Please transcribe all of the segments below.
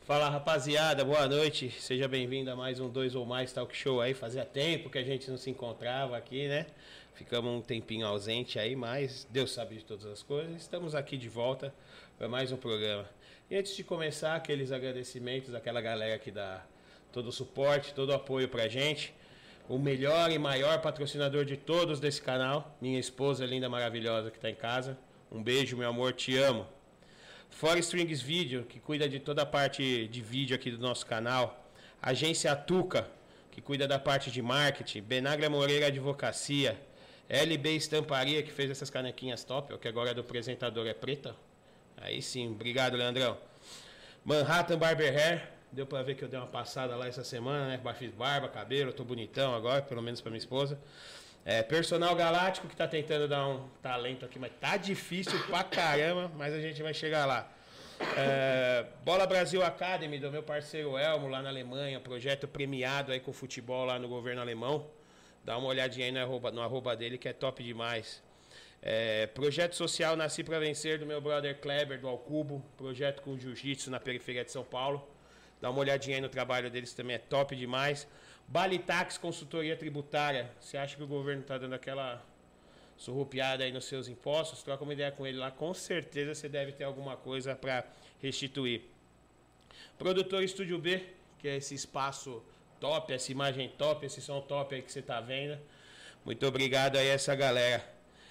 Fala rapaziada, boa noite, seja bem-vindo a mais um 2 ou Mais Talk Show aí. Fazia tempo que a gente não se encontrava aqui, né? Ficamos um tempinho ausente aí, mas Deus sabe de todas as coisas. Estamos aqui de volta para mais um programa. E antes de começar, aqueles agradecimentos àquela galera que dá todo o suporte, todo o apoio pra gente. O melhor e maior patrocinador de todos desse canal, minha esposa linda, maravilhosa que tá em casa. Um beijo, meu amor, te amo. Fora Strings Video, que cuida de toda a parte de vídeo aqui do nosso canal. Agência Tuca, que cuida da parte de marketing. Benaglia Moreira Advocacia. LB Estamparia, que fez essas canequinhas top, que agora é do apresentador é preta. Aí sim, obrigado, Leandrão. Manhattan Barber Hair, deu pra ver que eu dei uma passada lá essa semana, né? Fiz barba, cabelo, tô bonitão agora, pelo menos pra minha esposa. Personal Galáctico, que tá tentando dar um talento aqui, mas tá difícil pra caramba, mas a gente vai chegar lá. Bola Brasil Academy, do meu parceiro Elmo, lá na Alemanha, projeto premiado aí com futebol lá no governo alemão. Dá uma olhadinha aí no arroba dele, que é top demais. Projeto social Nasci Pra Vencer, do meu brother Kleber, do Alcubo, projeto com jiu-jitsu na periferia de São Paulo. Dá uma olhadinha aí no trabalho deles, também é top demais. Balitax, consultoria tributária. Você acha que o governo está dando aquela surrupiada aí nos seus impostos? Troca uma ideia com ele lá, com certeza você deve ter alguma coisa para restituir. Produtor Estúdio B, que é esse espaço top, essa imagem top, esse som top aí que você está vendo. Muito obrigado aí a essa galera.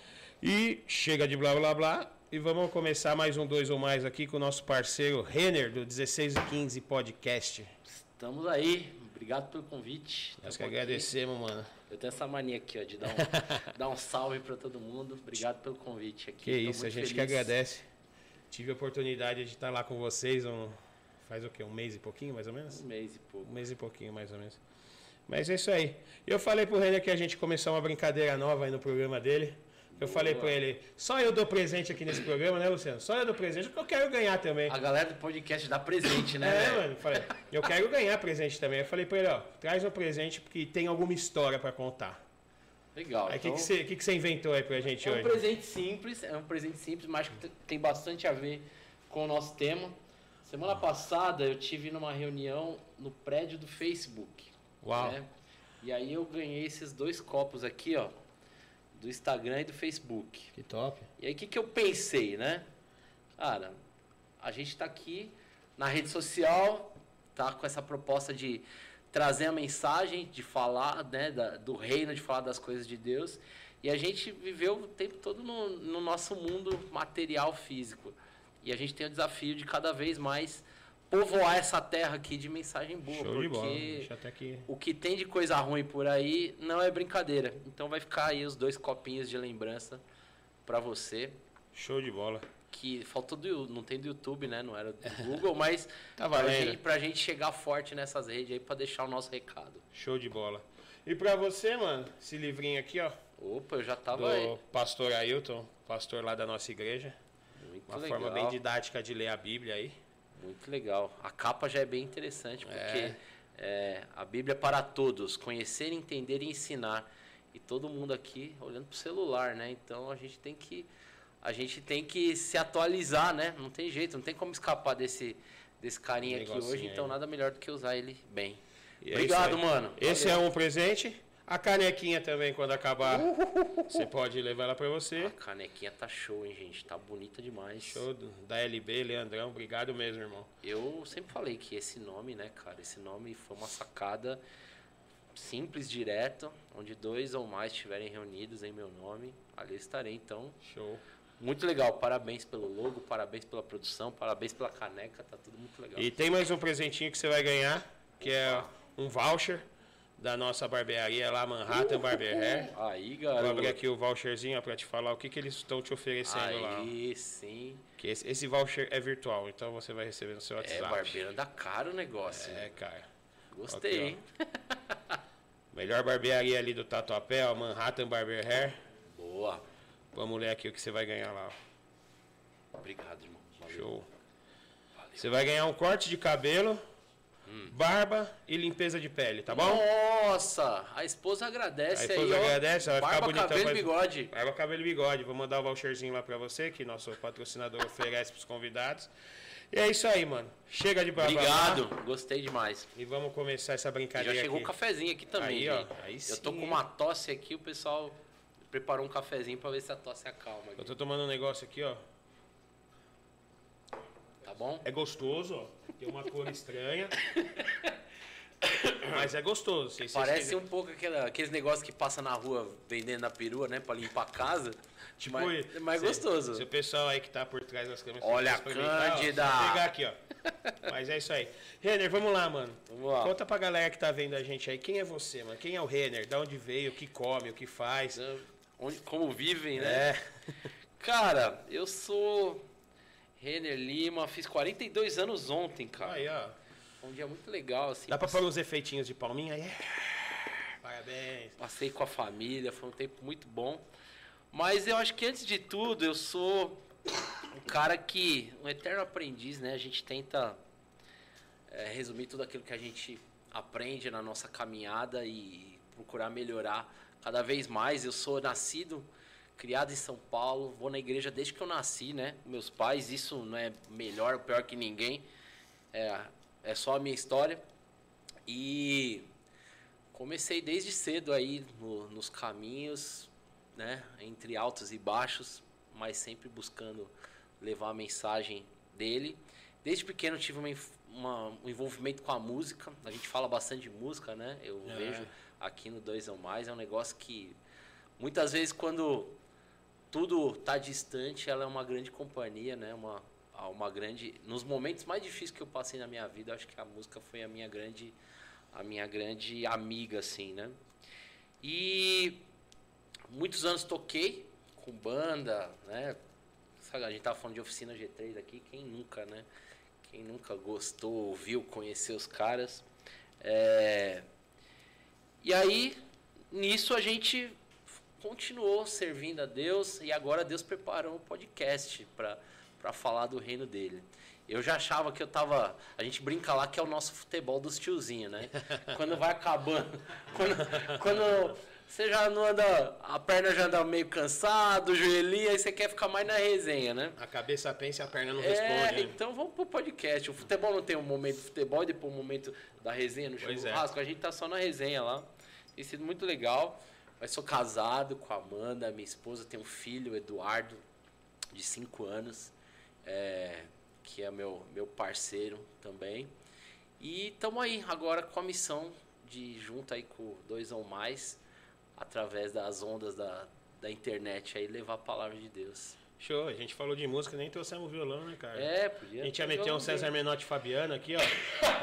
E chega de blá blá blá. E vamos começar mais um 2 ou Mais aqui com o nosso parceiro Renner, do 16 e 15 Podcast. Estamos aí, obrigado pelo convite. Nós que agradecemos, mano. Eu tenho essa mania aqui, ó, de dar um salve para todo mundo. Obrigado pelo convite aqui. Que isso, a gente feliz. Que agradece. Tive a oportunidade de estar lá com vocês faz o quê? Um mês e pouquinho, mais ou menos? Um mês e pouco. Um mês e pouquinho, mais ou menos. Mas é isso aí. Eu falei pro Renner que a gente começou uma brincadeira nova aí no programa dele. Eu falei pra ele, só eu dou presente aqui nesse programa, né, Luciano? Só eu dou presente, porque eu quero ganhar também. A galera do podcast dá presente, né? Mano, falei, eu quero ganhar presente também. Eu falei pra ele, ó, traz um presente porque tem alguma história pra contar. Legal. Aí o então, que você inventou aí pra gente hoje? É um presente simples, mas que tem bastante a ver com o nosso tema. Semana passada eu tive numa reunião no prédio do Facebook. Uau. Né? E aí eu ganhei esses 2 copos aqui, ó. Do Instagram e do Facebook. Que top. E aí o que eu pensei, né? Cara, a gente tá aqui na rede social, tá com essa proposta de trazer a mensagem, de falar, né, do reino, de falar das coisas de Deus. E a gente viveu o tempo todo no nosso mundo material físico. E a gente tem o desafio de cada vez mais povoar essa terra aqui de mensagem boa. Show porque de bola. Deixa até aqui. O que tem de coisa ruim por aí não é brincadeira. Então vai ficar aí os 2 copinhos de lembrança pra você. Show de bola. Que faltou não tem do YouTube, né? Não era do Google, mas tá valendo. Pra gente chegar forte nessas redes aí pra deixar o nosso recado. Show de bola. E pra você, mano, esse livrinho aqui, ó. Opa, eu já tava do aí. Pastor Ailton, pastor lá da nossa igreja. Muito Uma legal. forma bem didática de ler a Bíblia aí. Muito legal. A capa já é bem interessante, porque a Bíblia é para todos, conhecer, entender e ensinar. E todo mundo aqui olhando pro celular, né? Então a gente tem que se atualizar, né? Não tem jeito, não tem como escapar desse carinha aqui hoje. Então nada melhor do que usar ele bem. E obrigado, mano. Esse Valeu. é um presente. A canequinha também, quando acabar, você pode levar ela pra você. A canequinha tá show, hein, gente? Tá bonita demais. Show da LB, Leandrão. Obrigado mesmo, irmão. Eu sempre falei que esse nome, né, cara? Esse nome foi uma sacada simples, direto, onde 2 ou mais estiverem reunidos em meu nome, ali estarei. Então, show. Muito legal. Parabéns pelo logo, parabéns pela produção, parabéns pela caneca. Tá tudo muito legal. E tem mais um presentinho que você vai ganhar, que é um voucher da nossa barbearia lá, Manhattan Barber Hair. Aí, garoto. Vou abrir aqui o voucherzinho para te falar o que eles estão te oferecendo aí, lá. Aí, sim. Que esse voucher é virtual, então você vai receber no seu WhatsApp. Barbeiro dá caro o negócio. Cara. Gostei, hein? Melhor barbearia ali do Tatuapé, ó, Manhattan Barber Hair. Boa. Vamos ler aqui o que você vai ganhar lá. Obrigado, irmão. Valeu. Show. Valeu. Você vai ganhar um corte de cabelo barba e limpeza de pele, tá bom? Nossa, a esposa agradece aí, A esposa agradece, vai ficar barba, bonitão. cabelo e bigode. Barba, cabelo e bigode. Vou mandar o voucherzinho lá pra você, que nosso patrocinador oferece pros convidados. E é isso aí, mano. Chega de barba. Obrigado, gostei demais. E vamos começar essa E brincadeira já chegou aqui. o cafezinho aqui também, Aí, gente. ó, aí Eu sim. tô com uma tosse aqui, o pessoal preparou um cafezinho pra ver se a tosse acalma. Eu Aqui. tô tomando um negócio aqui, ó. Tá bom? É gostoso, ó. Tem uma cor estranha. Mas é gostoso. Se vocês Parece quiserem. um pouco aqueles negócios que passa na rua vendendo na perua, né? Pra limpar a casa. Tipo, mas gostoso. Se o pessoal aí que tá por trás das câmeras... Olha quiser a experimentar, ó, Cândida. só pegar aqui, ó. Mas é isso aí. Renner, vamos lá, mano. Vamos lá. Conta pra galera que tá vendo a gente aí. Quem é você, mano? Quem é o Renner? Da onde veio? O que come? O que faz? Como vivem, né? É. Cara, eu sou Renner Lima, fiz 42 anos ontem, cara. Aí, ó. Foi um dia muito legal, assim. Dá pra pôr uns efeitinhos de palminha aí? Parabéns. Passei com a família, foi um tempo muito bom. Mas eu acho que antes de tudo, eu sou um cara um eterno aprendiz, né? A gente tenta resumir tudo aquilo que a gente aprende na nossa caminhada e procurar melhorar cada vez mais. Eu sou nascido, criado em São Paulo, vou na igreja desde que eu nasci, né? Meus pais, isso não é melhor ou pior que ninguém, é só a minha história. E comecei desde cedo aí nos caminhos, né? Entre altos e baixos, mas sempre buscando levar a mensagem dele. Desde pequeno tive um envolvimento com a música. A gente fala bastante de música, né? Eu vejo aqui no Dois ou Mais. É um negócio que muitas vezes quando tudo tá distante, ela é uma grande companhia, né? Uma grande... Nos momentos mais difíceis que eu passei na minha vida, acho que a música foi a minha grande amiga, assim, né? E muitos anos toquei com banda, né? Sabe, a gente tava falando de Oficina G3 aqui, quem nunca, né? Quem nunca gostou, ouviu, conheceu os caras. E aí, nisso a gente continuou servindo a Deus e agora Deus preparou um podcast para falar do reino dele. Eu já achava que eu tava... A gente brinca lá que é o nosso futebol dos tiozinhos, né? Quando vai acabando... Quando você já não anda... A perna já anda meio cansada, o joelhinho, aí você quer ficar mais na resenha, né? A cabeça pensa e a perna não responde, né? Então vamos pro podcast. O futebol não tem um momento de futebol e depois um momento da resenha no churrasco. A gente tá só na resenha lá. Tem sido muito legal. Mas sou casado com a Amanda, minha esposa, tem um filho, Eduardo, de 5 anos. Que é meu parceiro também. E estamos aí agora com a missão de, junto aí com Dois ou Mais, através das ondas da internet, aí levar a palavra de Deus. Show, a gente falou de música, nem trouxemos o violão, né, cara? Podia. A gente ia meter um César Menotti e Fabiano aqui, ó.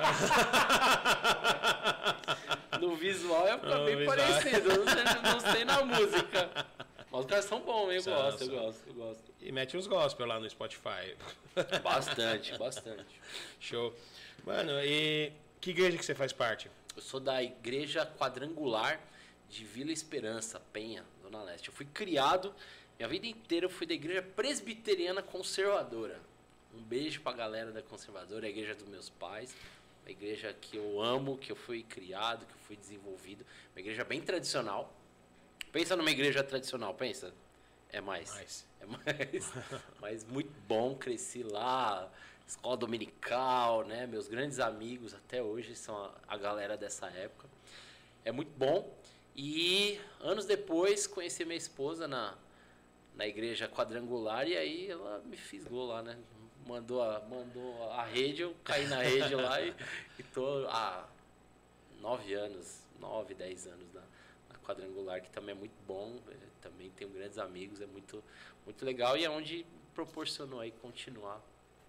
No visual ia ficar bem parecido, não sei na música. Mas os caras são bons, eu gosto. E mete uns gospel lá no Spotify. Bastante. Show. Mano, e que igreja que você faz parte? Eu sou da Igreja Quadrangular de Vila Esperança, Penha, Zona Leste. Eu fui criado, minha vida inteira eu fui da Igreja Presbiteriana Conservadora. Um beijo pra galera da Conservadora, a igreja dos meus pais. Uma igreja que eu amo, que eu fui criado, que eu fui desenvolvido. Uma igreja bem tradicional. Pensa numa igreja tradicional, pensa. É mais. Mas muito bom, cresci lá, escola dominical, né? Meus grandes amigos até hoje são a galera dessa época. É muito bom. E anos depois conheci minha esposa na Igreja Quadrangular e aí ela me fisgou lá, né? Mandou a rede, eu caí na rede lá e tô há 9, 10 anos na Quadrangular, que também é muito bom, também tenho grandes amigos, é muito, muito legal e é onde proporcionou aí continuar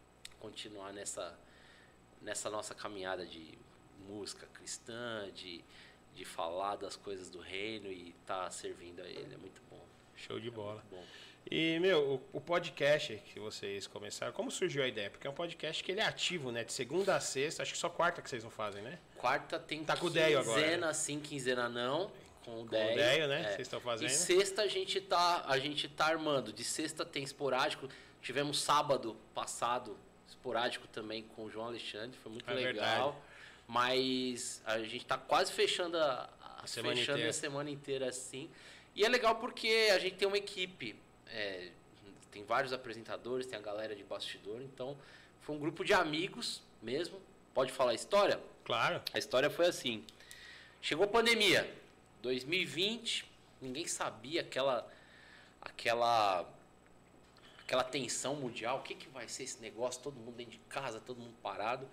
nessa nossa caminhada de música cristã, de falar das coisas do reino e estar servindo a ele, é muito bom. Show de bola. Muito bom. E, o podcast que vocês começaram, como surgiu a ideia? Porque é um podcast que ele é ativo, né? De segunda a sexta, acho que só quarta que vocês não fazem, né? Quarta tem tá com o Deio agora, quinzena sim, quinzena não. Com o Deio, né? Vocês estão fazendo. E sexta a gente tá armando. De sexta tem esporádico. Tivemos sábado passado esporádico também com o João Alexandre. Foi muito legal. Verdade. Mas a gente está quase fechando a semana inteira assim. E é legal porque a gente tem uma equipe, tem vários apresentadores, tem a galera de bastidor, então foi um grupo de amigos mesmo. Pode falar a história? Claro. A história foi assim, chegou a pandemia, 2020, ninguém sabia aquela tensão mundial, o que vai ser esse negócio, todo mundo dentro de casa, todo mundo parado.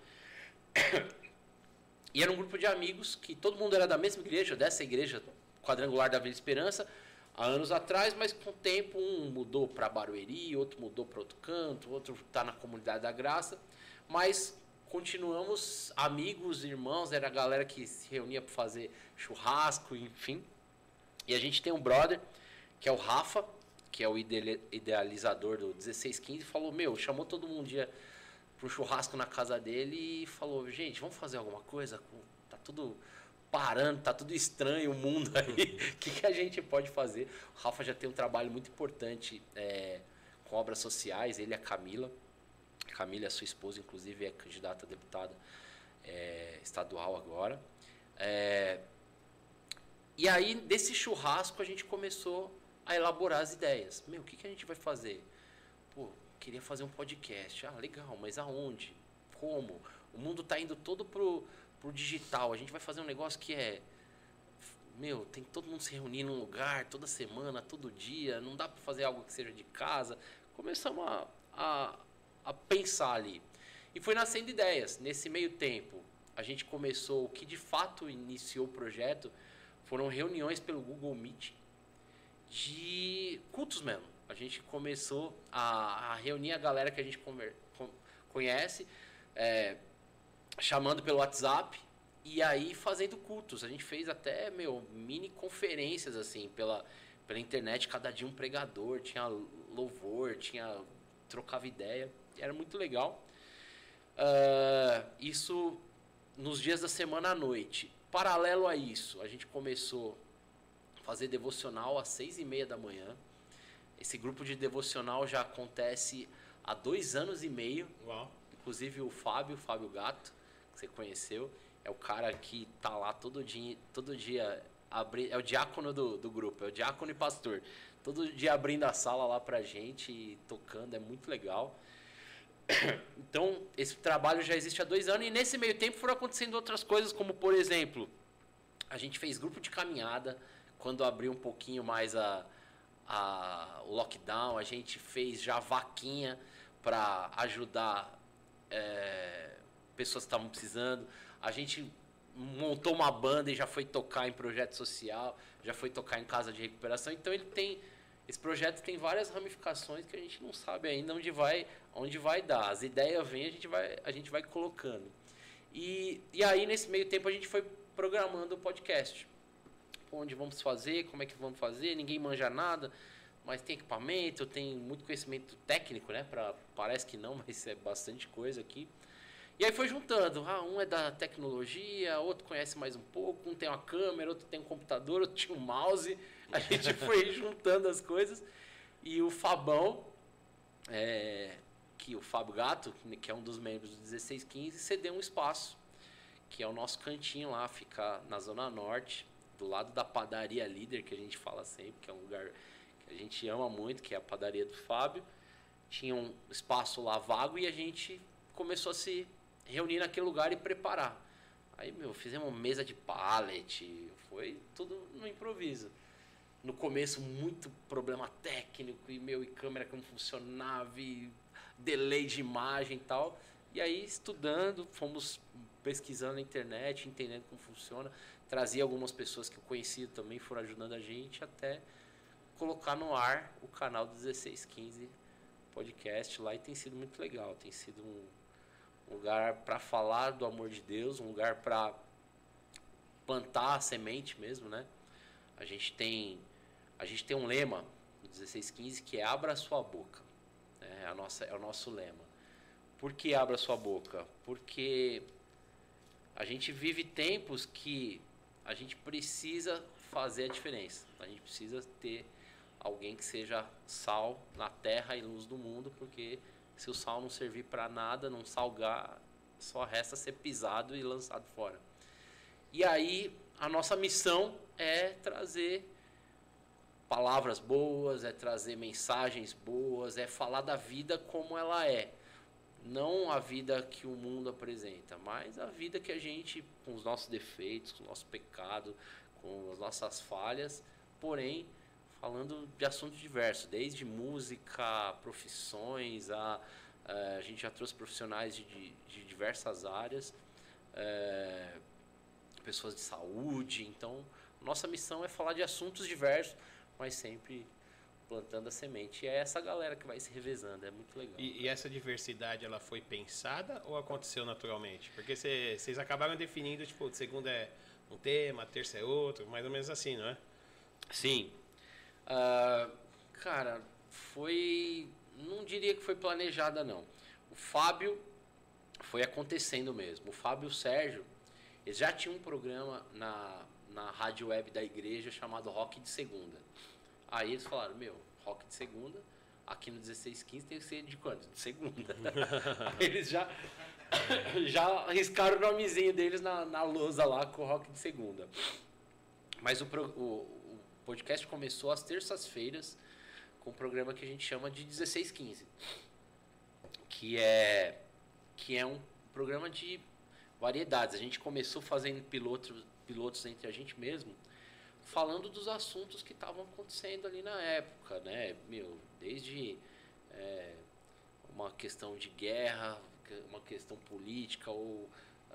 E era um grupo de amigos que todo mundo era da mesma igreja, dessa igreja quadrangular da Vila Esperança, há anos atrás, mas com o tempo um mudou para Barueri, outro mudou para outro canto, outro está na Comunidade da Graça, mas continuamos amigos, irmãos, era a galera que se reunia para fazer churrasco, enfim. E a gente tem um brother, que é o Rafa, que é o idealizador do 1615, falou, chamou todo mundo um dia para um churrasco na casa dele e falou, gente, vamos fazer alguma coisa? Tá tudo parando, tá tudo estranho o mundo aí, o que a gente pode fazer? O Rafa já tem um trabalho muito importante com obras sociais, ele e a Camila. A Camila, sua esposa, inclusive, é candidata a deputada estadual agora. E aí, desse churrasco, a gente começou a elaborar as ideias. O que a gente vai fazer? Queria fazer um podcast. Legal, mas aonde? Como? O mundo está indo todo pro digital. A gente vai fazer um negócio que tem todo mundo se reunir num lugar, toda semana, todo dia. Não dá para fazer algo que seja de casa. Começamos a pensar ali. E foi nascendo ideias. Nesse meio tempo, a gente começou, o que de fato iniciou o projeto, foram reuniões pelo Google Meet de cultos mesmo. A gente começou a reunir a galera que a gente conhece, chamando pelo WhatsApp e aí fazendo cultos. A gente fez até, mini conferências assim, pela internet, cada dia um pregador, tinha louvor, trocava ideia, era muito legal. Isso nos dias da semana à noite. Paralelo a isso, a gente começou a fazer devocional às 6h30 da manhã. Esse grupo de devocional já acontece há 2 anos e meio. Uau. Inclusive o Fábio Gato, que você conheceu, é o cara que tá lá todo dia é o diácono do grupo, é o diácono e pastor. Todo dia abrindo a sala lá pra gente e tocando, é muito legal. Então, esse trabalho já existe há 2 anos e nesse meio tempo foram acontecendo outras coisas, como por exemplo, a gente fez grupo de caminhada, quando abriu um pouquinho mais o lockdown, a gente fez já vaquinha para ajudar pessoas que estavam precisando. A gente montou uma banda e já foi tocar em projeto social, já foi tocar em casa de recuperação. Então esse projeto tem várias ramificações que a gente não sabe ainda onde vai dar. As ideias vêm, a gente vai colocando. E aí nesse meio tempo a gente foi programando o podcast. Onde vamos fazer, como é que vamos fazer, ninguém manja nada, mas tem equipamento, tem muito conhecimento técnico, né? Parece que não, mas é bastante coisa aqui. E aí foi juntando, um é da tecnologia, outro conhece mais um pouco, um tem uma câmera, outro tem um computador, outro tinha um mouse, a gente foi juntando as coisas, e o Fabão, o Fábio Gato, que é um dos membros do 1615, cedeu um espaço, que é o nosso cantinho lá, fica na Zona Norte, do lado da padaria Líder, que a gente fala sempre, que é um lugar que a gente ama muito, que é a padaria do Fábio. Tinha um espaço lá vago e a gente começou a se reunir naquele lugar e preparar. Aí, fizemos uma mesa de pallet, foi tudo no improviso. No começo, muito problema técnico, e câmera que não funcionava, e delay de imagem e tal. E aí, estudando, fomos pesquisando na internet, entendendo como funciona. Trazia algumas pessoas que eu conhecia também, foram ajudando a gente até colocar no ar o canal do 1615 podcast lá, e tem sido muito legal. Tem sido um lugar para falar do amor de Deus, um lugar para plantar a semente mesmo, né? A gente tem um lema no 1615 que é abra a sua boca. É o nosso lema. Por que abra a sua boca? Porque a gente vive tempos que a gente precisa fazer a diferença. A gente precisa ter alguém que seja sal na terra e luz do mundo, porque se o sal não servir para nada, não salgar, só resta ser pisado e lançado fora. E aí a nossa missão é trazer palavras boas, é trazer mensagens boas, é falar da vida como ela é. Não a vida que o mundo apresenta, mas a vida que a gente, com os nossos defeitos, com o nosso pecado, com as nossas falhas, porém, falando de assuntos diversos, desde música, profissões, a gente já trouxe profissionais de diversas áreas, pessoas de saúde. Então, nossa missão é falar de assuntos diversos, mas sempre plantando a semente. E é essa galera que vai se revezando, é muito legal. E essa diversidade, ela foi pensada ou aconteceu naturalmente? Porque vocês acabaram definindo, tipo, de segunda é um tema, terça é outro, mais ou menos assim, não é? Sim. Cara, foi... Não diria que foi planejada, não. O Fábio foi acontecendo mesmo. O Fábio e o Sérgio, eles já tinham um programa na rádio web da igreja chamado Rock de Segunda. Aí eles falaram, rock de segunda, aqui no 1615 tem que ser de quanto? De segunda. Eles já arriscaram o nomezinho deles na lousa lá com o rock de segunda. Mas o podcast começou às terças-feiras com um programa que a gente chama de 1615. Que é um programa de variedades. A gente começou fazendo pilotos entre a gente mesmo, falando dos assuntos que estavam acontecendo ali na época, né? Desde uma questão de guerra, uma questão política, ou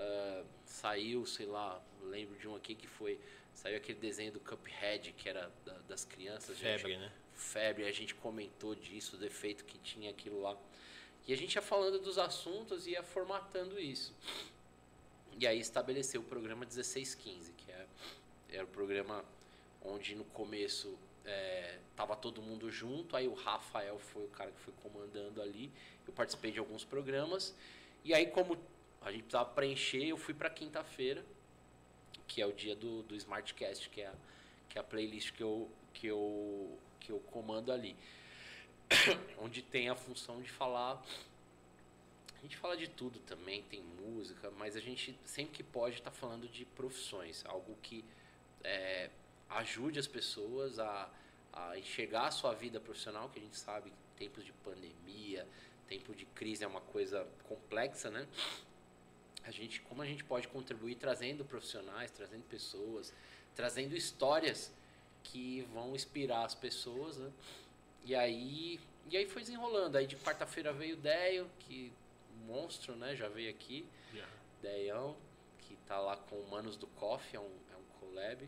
saiu, sei lá, lembro de um aqui que saiu aquele desenho do Cuphead, que era das crianças. Febre, né? Febre, a gente comentou disso, o defeito que tinha aquilo lá. E a gente ia falando dos assuntos e ia formatando isso. E aí estabeleceu o programa 1615, que era o programa onde no começo tava todo mundo junto, aí o Rafael foi o cara que foi comandando ali, eu participei de alguns programas, e aí como a gente precisava preencher, eu fui para quinta-feira, que é o dia do Smartcast, que é a playlist que eu comando ali, onde tem a função de falar. A gente fala de tudo também, tem música, mas a gente sempre que pode está falando de profissões, algo que ajude as pessoas a enxergar a sua vida profissional, que a gente sabe que tempos de pandemia, tempo de crise é uma coisa complexa, né? Como a gente pode contribuir trazendo profissionais, trazendo pessoas, trazendo histórias que vão inspirar as pessoas, né? E aí foi desenrolando. Aí de quarta-feira veio o Deio, que monstro, né? Já veio aqui. Yeah. Deião, que tá lá com o Manos do Coffee, é um collab.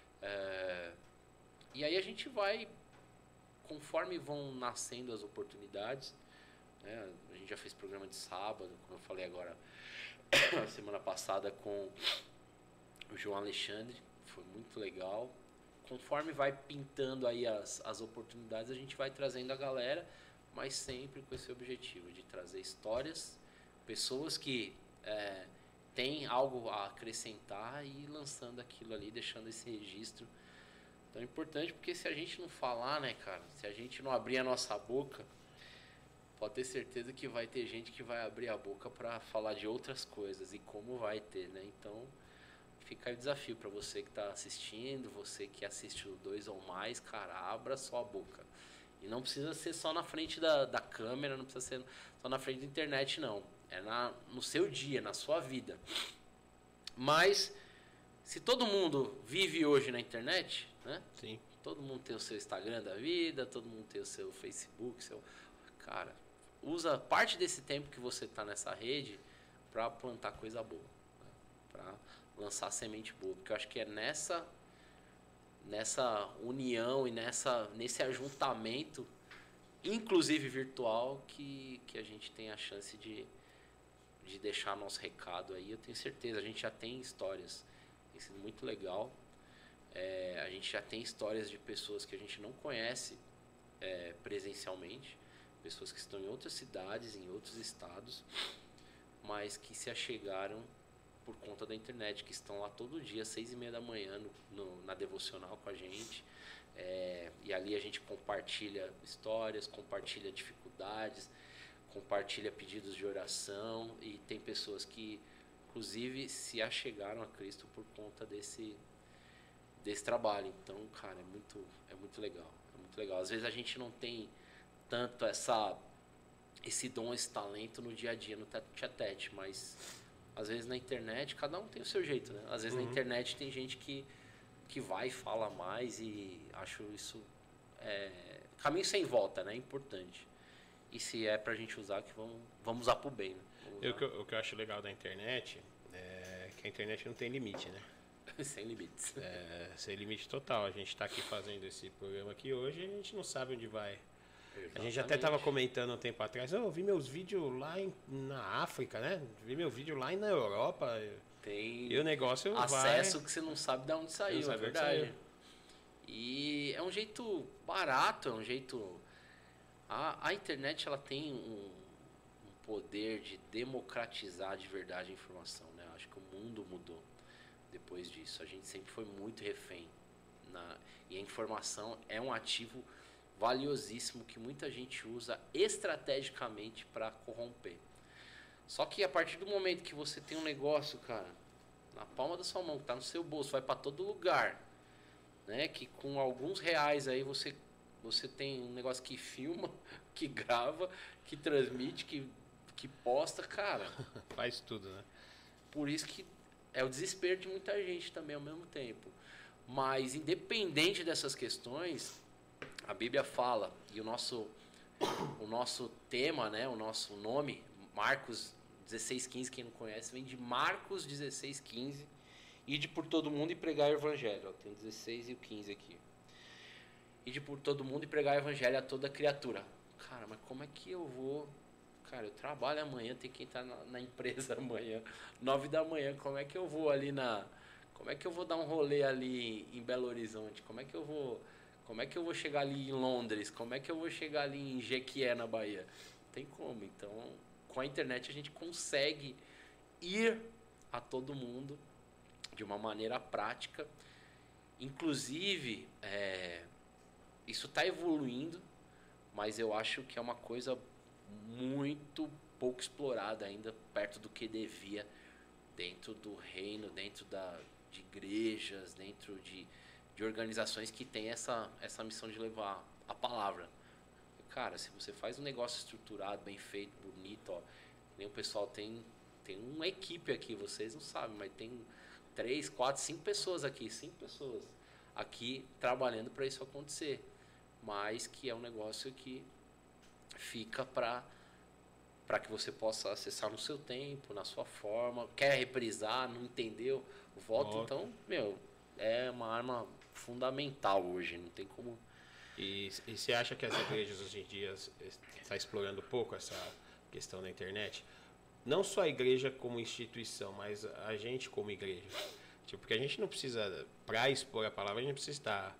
E aí a gente vai, conforme vão nascendo as oportunidades, né? A gente já fez programa de sábado, como eu falei agora, semana passada com o João Alexandre, foi muito legal. Conforme vai pintando aí as oportunidades, a gente vai trazendo a galera, mas sempre com esse objetivo de trazer histórias, pessoas que têm algo a acrescentar e lançando aquilo ali, deixando esse registro. Então é importante, porque se a gente não falar, né, cara, se a gente não abrir a nossa boca, pode ter certeza que vai ter gente que vai abrir a boca para falar de outras coisas, e como vai ter, né? Então fica aí o desafio para você que está assistindo, você que assiste o 2 ou mais, cara, abra sua boca. E não precisa ser só na frente da câmera, não precisa ser só na frente da internet, não. É no seu dia, na sua vida. Mas, se todo mundo vive hoje na internet, né? Sim. Todo mundo tem o seu Instagram da vida, todo mundo tem o seu Facebook, Cara, usa parte desse tempo que você está nessa rede para plantar coisa boa, né? Para lançar semente boa. Porque eu acho que é nessa união e nesse ajuntamento, inclusive virtual, que a gente tem a chance de deixar nosso recado aí. Eu tenho certeza, a gente já tem histórias, tem sido muito legal. A gente já tem histórias de pessoas que a gente não conhece presencialmente, pessoas que estão em outras cidades, em outros estados, mas que se achegaram por conta da internet, que estão lá todo dia, 6:30 da manhã, na devocional com a gente. E ali a gente compartilha histórias, compartilha dificuldades, compartilha pedidos de oração e tem pessoas que, inclusive, se achegaram a Cristo por conta desse trabalho. Então, cara, é muito legal. É muito legal. Às vezes a gente não tem tanto esse dom, esse talento no dia a dia, no tete-a-tete, mas às vezes na internet, cada um tem o seu jeito, né? Às vezes na internet tem gente que vai e fala mais e acho isso caminho sem volta, né? Importante. E se é pra gente usar, que vamos usar pro bem, né? O que eu acho legal da internet é que a internet não tem limite, né? Sem limites. Sem limite total. A gente está aqui fazendo esse programa aqui hoje e a gente não sabe onde vai. Exatamente. A gente até estava comentando um tempo atrás, eu vi meus vídeos lá na África, né? Vi meu vídeo lá na Europa. Tem e o negócio acesso que você não sabe de onde saiu, é verdade. E é um jeito barato, é um jeito... A internet, ela tem um poder de democratizar de verdade a informação, né? Acho que o mundo mudou depois disso. A gente sempre foi muito refém. E a informação é um ativo valiosíssimo que muita gente usa estrategicamente para corromper. Só que a partir do momento que você tem um negócio, cara, na palma da sua mão, que tá no seu bolso, vai para todo lugar, né? Que com alguns reais aí você tem um negócio que filma, que grava, que transmite, que posta, cara. Faz tudo, né? Por isso que é o desespero de muita gente também ao mesmo tempo. Mas independente dessas questões, a Bíblia fala, e o nosso tema, né, o nosso nome, Marcos 16,15, quem não conhece, vem de Marcos 16,15, ide por todo mundo e pregar o evangelho. Tem o 16 e o 15 aqui. Ide por todo mundo e pregar o evangelho a toda criatura. Cara, mas como é que eu vou... Cara, eu trabalho amanhã, tenho que entrar na empresa amanhã, 9 da manhã, como é que eu vou ali como é que eu vou dar um rolê ali em Belo Horizonte? Como é que eu vou chegar ali em Londres? Como é que eu vou chegar ali em Jequié, na Bahia? Não tem como. Então, com a internet a gente consegue ir a todo mundo de uma maneira prática. Inclusive, isso está evoluindo, mas eu acho que é uma coisa muito pouco explorada ainda, perto do que devia, dentro do reino, dentro de igrejas, dentro de organizações que têm essa missão de levar a palavra. Cara, se você faz um negócio estruturado, bem feito, bonito, ó, nem o pessoal tem uma equipe aqui, vocês não sabem, mas tem 3, 4, 5 pessoas aqui trabalhando para isso acontecer, mas que é um negócio que fica para que você possa acessar no seu tempo, na sua forma, quer reprisar, não entendeu, volta. Então, é uma arma fundamental hoje, não tem como... E você acha que as igrejas hoje em dia estão explorando pouco essa questão da internet? Não só a igreja como instituição, mas a gente como igreja. Tipo, porque a gente não precisa, para expor a palavra, a gente precisa estar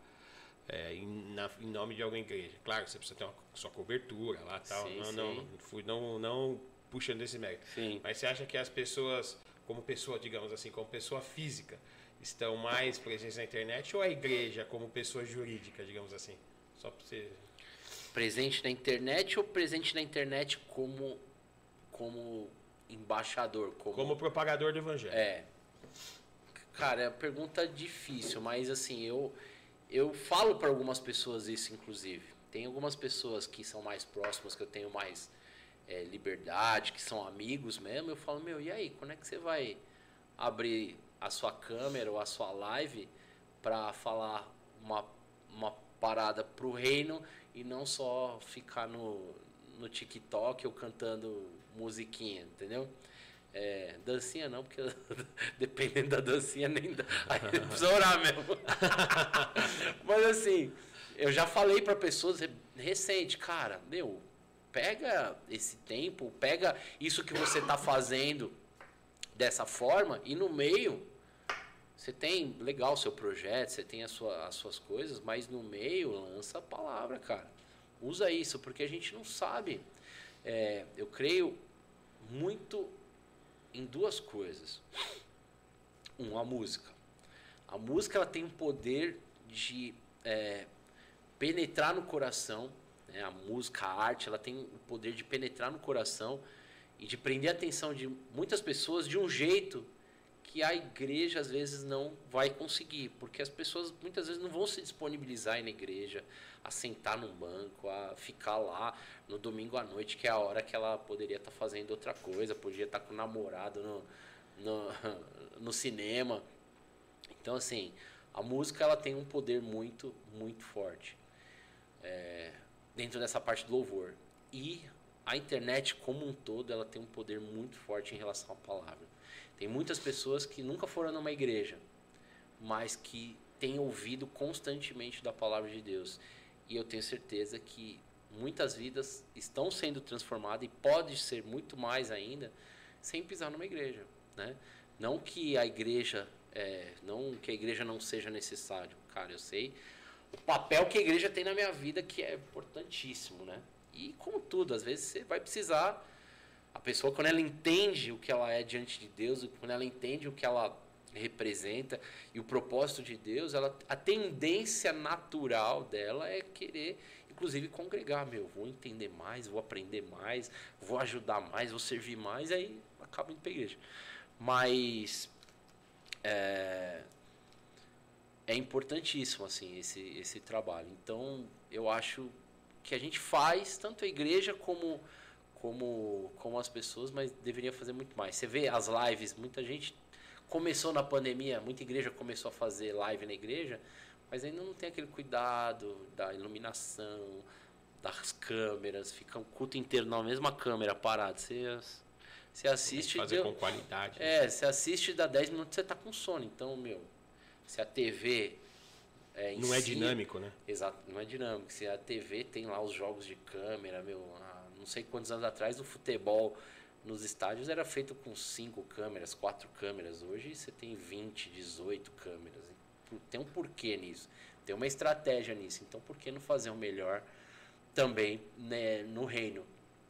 em nome de alguma igreja. Claro, você precisa ter uma sua cobertura lá e tal. Sim. Não puxando esse mérito. Sim. Mas você acha que as pessoas, como pessoa, digamos assim, como pessoa física, estão mais presentes na internet, ou a igreja como pessoa jurídica, digamos assim? Só para você... Presente na internet ou presente na internet como embaixador? Como propagador do evangelho. Cara, é uma pergunta difícil, mas assim, eu falo para algumas pessoas isso, inclusive. Tem algumas pessoas que são mais próximas, que eu tenho mais liberdade, que são amigos mesmo. Eu falo, e aí, quando é que você vai abrir a sua câmera ou a sua live para falar uma parada pro reino e não só ficar no TikTok ou cantando musiquinha, entendeu? Dancinha não, porque dependendo da dancinha nem dá. Aí precisa orar mesmo. Mas assim, eu já falei para pessoas recente, cara, pega esse tempo, pega isso que você tá fazendo dessa forma e no meio você tem, legal, o seu projeto, você tem as suas coisas, mas no meio lança a palavra, cara. Usa isso, porque a gente não sabe. Eu creio muito em duas coisas. A música. A música ela tem um poder de penetrar no coração, né? né? A música, a arte, ela tem o poder de penetrar no coração e de prender a atenção de muitas pessoas de um jeito que a igreja às vezes não vai conseguir, porque as pessoas muitas vezes não vão se disponibilizar aí na igreja, a sentar num banco, a ficar lá no domingo à noite, que é a hora que ela poderia estar fazendo outra coisa, poderia estar com o namorado no, no cinema. Então, assim, a música ela tem um poder muito, muito forte dentro dessa parte do louvor. E a internet como um todo, ela tem um poder muito forte em relação à palavra. Tem muitas pessoas que nunca foram numa igreja, mas que têm ouvido constantemente da palavra de Deus. E eu tenho certeza que muitas vidas estão sendo transformadas e pode ser muito mais ainda sem pisar numa igreja, né? Não que a igreja não seja necessário. Cara, eu sei o papel que a igreja tem na minha vida, que é importantíssimo, né? E como tudo, às vezes você vai precisar. A pessoa, quando ela entende o que ela é diante de Deus, quando ela entende o que ela representa e o propósito de Deus, a tendência natural dela é querer, inclusive, congregar. Vou entender mais, vou aprender mais, vou ajudar mais, vou servir mais, aí acaba indo para a igreja. Mas é importantíssimo assim, esse trabalho. Então, eu acho que a gente faz, tanto a igreja como as pessoas, mas deveria fazer muito mais. Você vê as lives, muita gente começou na pandemia, muita igreja começou a fazer live na igreja, mas ainda não tem aquele cuidado da iluminação, das câmeras, fica o culto inteiro na mesma câmera parado. Você assiste... Fazer com qualidade. Você assiste, dá 10 minutos você tá com sono. Então, se a TV... não é dinâmico, né? Exato, não é dinâmico. Se a TV tem lá os jogos de câmera, não sei quantos anos atrás, o futebol nos estádios era feito com 5 câmeras, 4 câmeras. Hoje você tem 20, 18 câmeras. Tem um porquê nisso. Tem uma estratégia nisso. Então, por que não fazer o melhor também, né, no reino?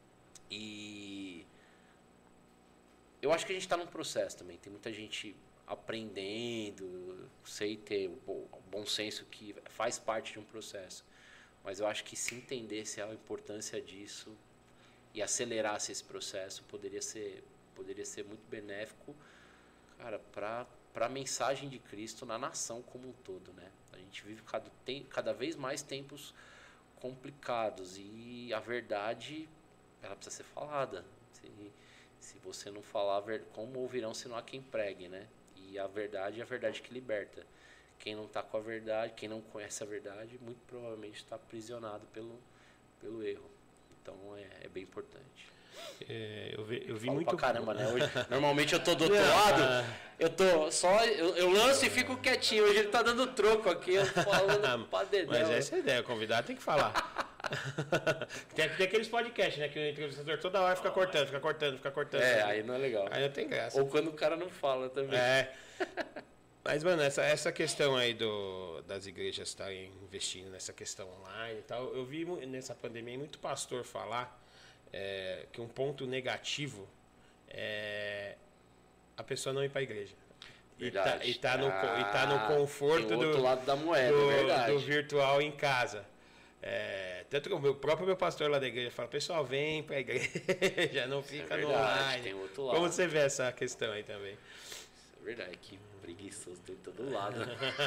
E eu acho que a gente está num processo também. Tem muita gente aprendendo, sei ter o bom senso que faz parte de um processo. Mas eu acho que se entendesse a importância disso e acelerasse esse processo, poderia ser muito benéfico, cara, para a mensagem de Cristo na nação como um todo, né? A gente vive cada vez mais tempos complicados e a verdade, ela precisa ser falada. Se você não falar, como ouvirão se não há quem pregue, né? E a verdade é a verdade que liberta. Quem não está com a verdade, quem não conhece a verdade, muito provavelmente está aprisionado pelo erro. Então é bem importante. Eu vi muito. Pra caramba, né? Hoje, normalmente eu tô do outro lado, eu lanço e fico quietinho. Hoje ele tá dando troco aqui, eu falando pra dedéu. Mas essa é a ideia, o convidado tem que falar. tem aqueles podcasts, né? Que o entrevistador toda hora fica cortando. Aí não é legal. Aí não tem graça. Ou quando o cara não fala também. Mas, mano, essa questão aí das igrejas estarem investindo nessa questão online e tal, eu vi nessa pandemia muito pastor falar que um ponto negativo a pessoa não ir para a igreja. Verdade. E tá no conforto tem outro lado da moeda, verdade. do virtual em casa. Tanto que o meu pastor lá da igreja fala, pessoal, vem para a igreja, não fica no online. Tem outro lado. Como você vê essa questão aí também? Isso é verdade, que preguiçoso tem todo lado.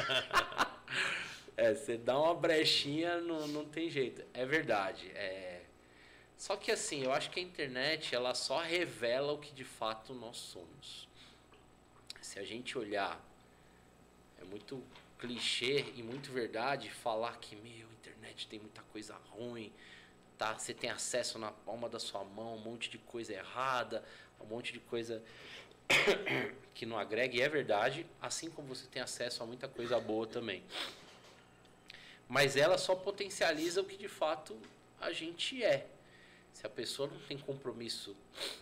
Você dá uma brechinha, não tem jeito. É verdade. Só que assim, eu acho que a internet ela só revela o que de fato nós somos. Se a gente olhar, é muito clichê e muito verdade falar que, a internet tem muita coisa ruim, tá? Você tem acesso na palma da sua mão, um monte de coisa errada, um monte de coisa que não agrega, e é verdade, assim como você tem acesso a muita coisa boa também. Mas ela só potencializa o que de fato a gente é. Se a pessoa não tem compromisso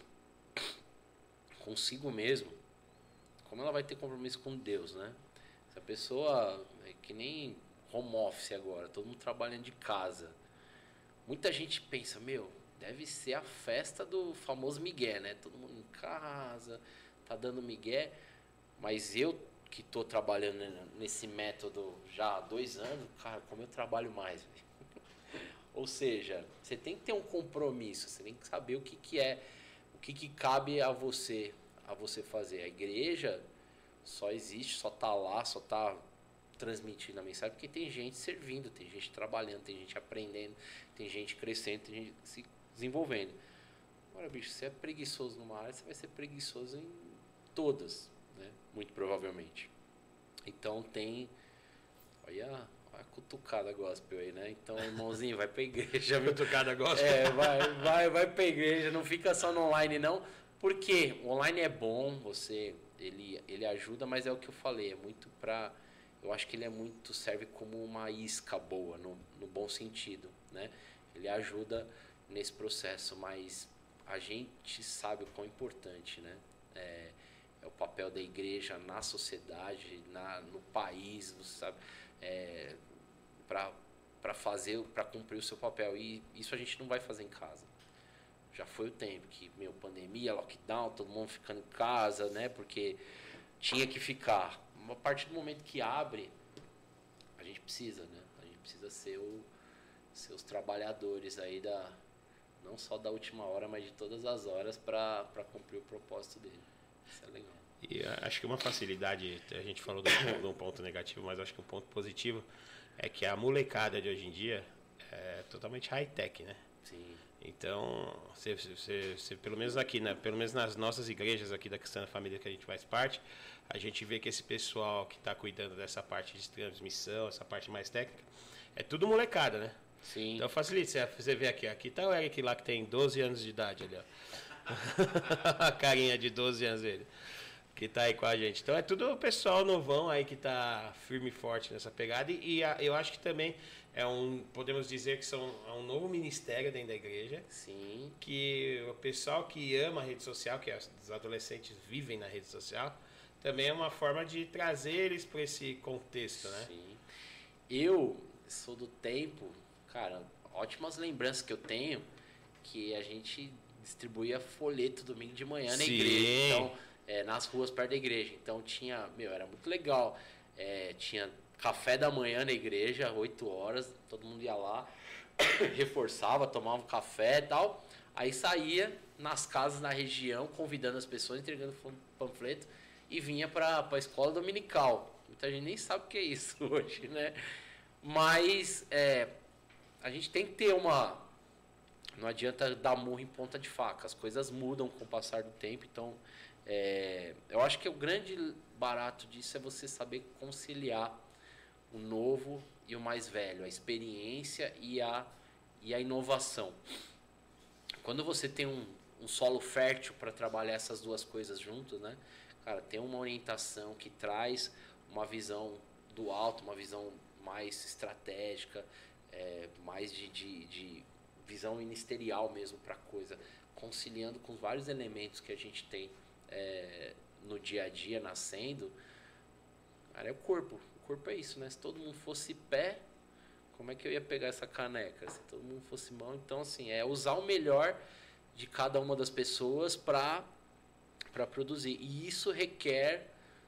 consigo mesmo, como ela vai ter compromisso com Deus, né? Se a pessoa é que nem home office agora, todo mundo trabalhando de casa. Muita gente pensa, deve ser a festa do famoso migué, né? Todo mundo em casa, tá dando migué. Mas eu que tô trabalhando nesse método já há 2 anos, cara, como eu trabalho mais, velho. Ou seja, você tem que ter um compromisso, você tem que saber o que é, o que cabe a você fazer. A igreja só existe, só está lá, só está transmitindo a mensagem porque tem gente servindo, tem gente trabalhando, tem gente aprendendo, tem gente crescendo, tem gente se desenvolvendo. Agora, bicho, se você é preguiçoso numa área, você vai ser preguiçoso em todas, né? Muito provavelmente. Então tem... Olha a cutucada gospel aí, né? Então, irmãozinho, vai pra igreja. Cutucada gospel? Vai pra igreja, não fica só no online, não. Porque o online é bom, ele ajuda, mas é o que eu falei, é muito pra... Eu acho que ele é muito, serve como uma isca boa, no bom sentido, né? Ele ajuda nesse processo, mas a gente sabe o quão importante, né? É o papel da igreja na sociedade, no país, sabe? Para cumprir o seu papel. E isso a gente não vai fazer em casa. Já foi o tempo que, pandemia, lockdown, todo mundo ficando em casa, né? Porque tinha que ficar. A partir do momento que abre, a gente precisa, né? A gente precisa ser os trabalhadores aí não só da última hora, mas de todas as horas para cumprir o propósito dele. Isso é legal. E acho que uma facilidade, a gente falou de um ponto negativo, mas acho que um ponto positivo é que a molecada de hoje em dia é totalmente high-tech, né? Sim. Então, você pelo menos aqui, né? Pelo menos nas nossas igrejas aqui da Cristã Família que a gente faz parte, a gente vê que esse pessoal que está cuidando dessa parte de transmissão, essa parte mais técnica, é tudo molecada, né? Sim. Então facilita, você vê aqui tá o Eric lá que tem 12 anos de idade ali, ó. A carinha de 12 anos dele, que tá aí com a gente. Então é tudo o pessoal novão aí que tá firme e forte nessa pegada. E eu acho que também podemos dizer que é um novo ministério dentro da igreja. Sim. Que o pessoal que ama a rede social, que os adolescentes vivem na rede social, também é uma forma de trazer eles para esse contexto, né? Sim. Eu sou do tempo, cara, ótimas lembranças que eu tenho, que a gente distribuía folheto domingo de manhã na igreja. Então, nas ruas perto da igreja. Então tinha, era muito legal. Tinha café da manhã na igreja, 8 horas, todo mundo ia lá, reforçava, tomava um café e tal. Aí saía nas casas na região, convidando as pessoas, entregando panfleto e vinha para a escola dominical. Muita gente nem sabe o que é isso hoje, né? Mas a gente tem que ter uma... Não adianta dar murro em ponta de faca. As coisas mudam com o passar do tempo. Então, eu acho que o grande barato disso é você saber conciliar o novo e o mais velho. A experiência e a inovação. Quando você tem um solo fértil para trabalhar essas duas coisas juntas, né? Cara, tem uma orientação que traz uma visão do alto, uma visão mais estratégica, mais de visão ministerial mesmo para a coisa, conciliando com vários elementos que a gente tem no dia a dia nascendo. Cara, é o corpo. O corpo é isso, né? Se todo mundo fosse pé, como é que eu ia pegar essa caneca? Se todo mundo fosse mão, então assim, usar o melhor de cada uma das pessoas para produzir. E isso requer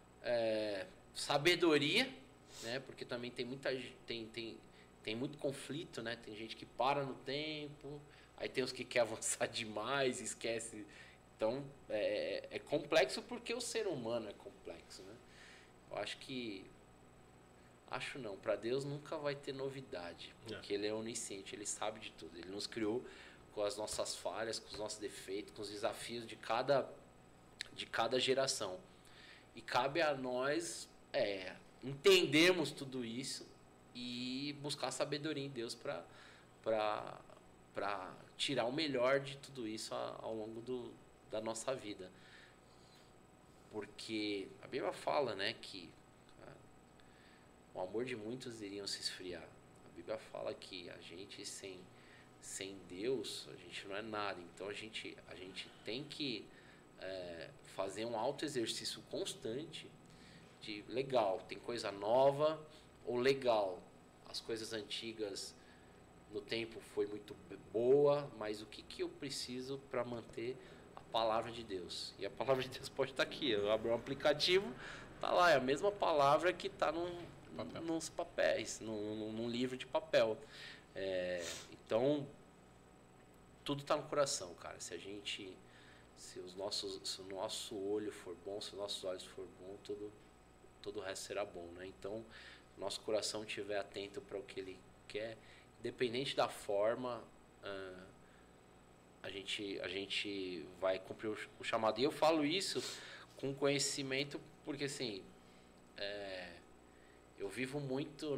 sabedoria, né? Porque também tem muita tem muito conflito, né? Tem gente que para no tempo, aí tem os que quer avançar demais, esquece. Então, é complexo porque o ser humano é complexo, né? Eu acho que... Acho não, para Deus nunca vai ter novidade, porque Ele é onisciente, Ele sabe de tudo. Ele nos criou com as nossas falhas, com os nossos defeitos, com os desafios de cada geração. E cabe a nós entendermos tudo isso e buscar sabedoria em Deus para tirar o melhor de tudo isso ao longo da nossa vida. Porque a Bíblia fala, né, que o amor de muitos iriam se esfriar. A Bíblia fala que a gente sem Deus, a gente não é nada. Então a gente tem que fazer um autoexercício constante de legal, tem coisa nova ou legal. As coisas antigas no tempo foi muito boa, mas o que eu preciso para manter a palavra de Deus? E a palavra de Deus pode estar aqui. Eu abro um aplicativo, tá lá, é a mesma palavra que está nos papéis, num livro de papel. Então, tudo tá no coração, cara. Se o nosso olho for bom, se os nossos olhos for bom, todo o resto será bom, né? Então, nosso coração estiver atento para o que ele quer, independente da forma, a gente vai cumprir o chamado. E eu falo isso com conhecimento porque, assim, eu vivo muito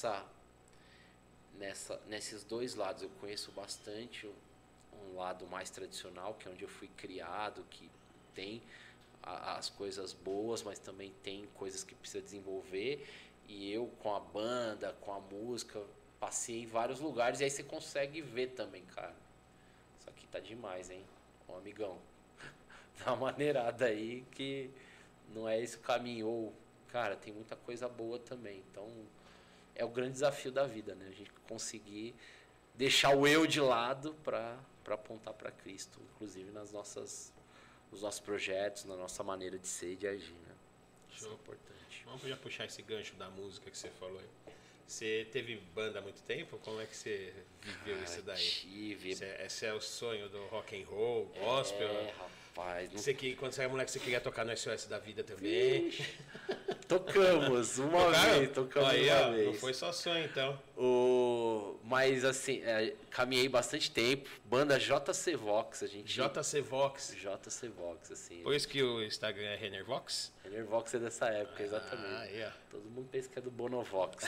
nesses dois lados. Eu conheço bastante um lado mais tradicional, que é onde eu fui criado, que tem as coisas boas, mas também tem coisas que precisa desenvolver. E eu, com a banda, com a música, passei em vários lugares, e aí você consegue ver também, cara. Isso aqui tá demais, hein? Ô, amigão, dá uma maneirada aí que não é esse o caminho. Ou, cara, tem muita coisa boa também. Então, é o grande desafio da vida, né? A gente conseguir deixar o eu de lado para apontar para Cristo, inclusive nos nossos projetos, na nossa maneira de ser e de agir, né? Show. Isso é importante. Vamos já puxar esse gancho da música que você falou aí. Você teve banda há muito tempo? Como é que você viveu isso daí? Tive. Esse é o sonho do rock and roll, gospel? Rapaz. Você que, quando você era moleque, você queria tocar no SOS da Vida também? Tocamos uma vez. Não foi só sonho, então. Mas, assim, caminhei bastante tempo. Banda JC Vox, a gente... JC Vox. JC Vox, assim. Por isso que o Instagram é Renner Vox? Renner Vox é dessa época, exatamente. Todo mundo pensa que é do Bonovox.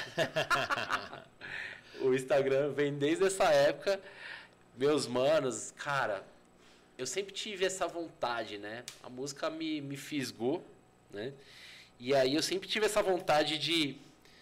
O Instagram vem desde essa época. Meus manos, cara, eu sempre tive essa vontade, né? A música me fisgou, né? E aí eu sempre tive essa vontade de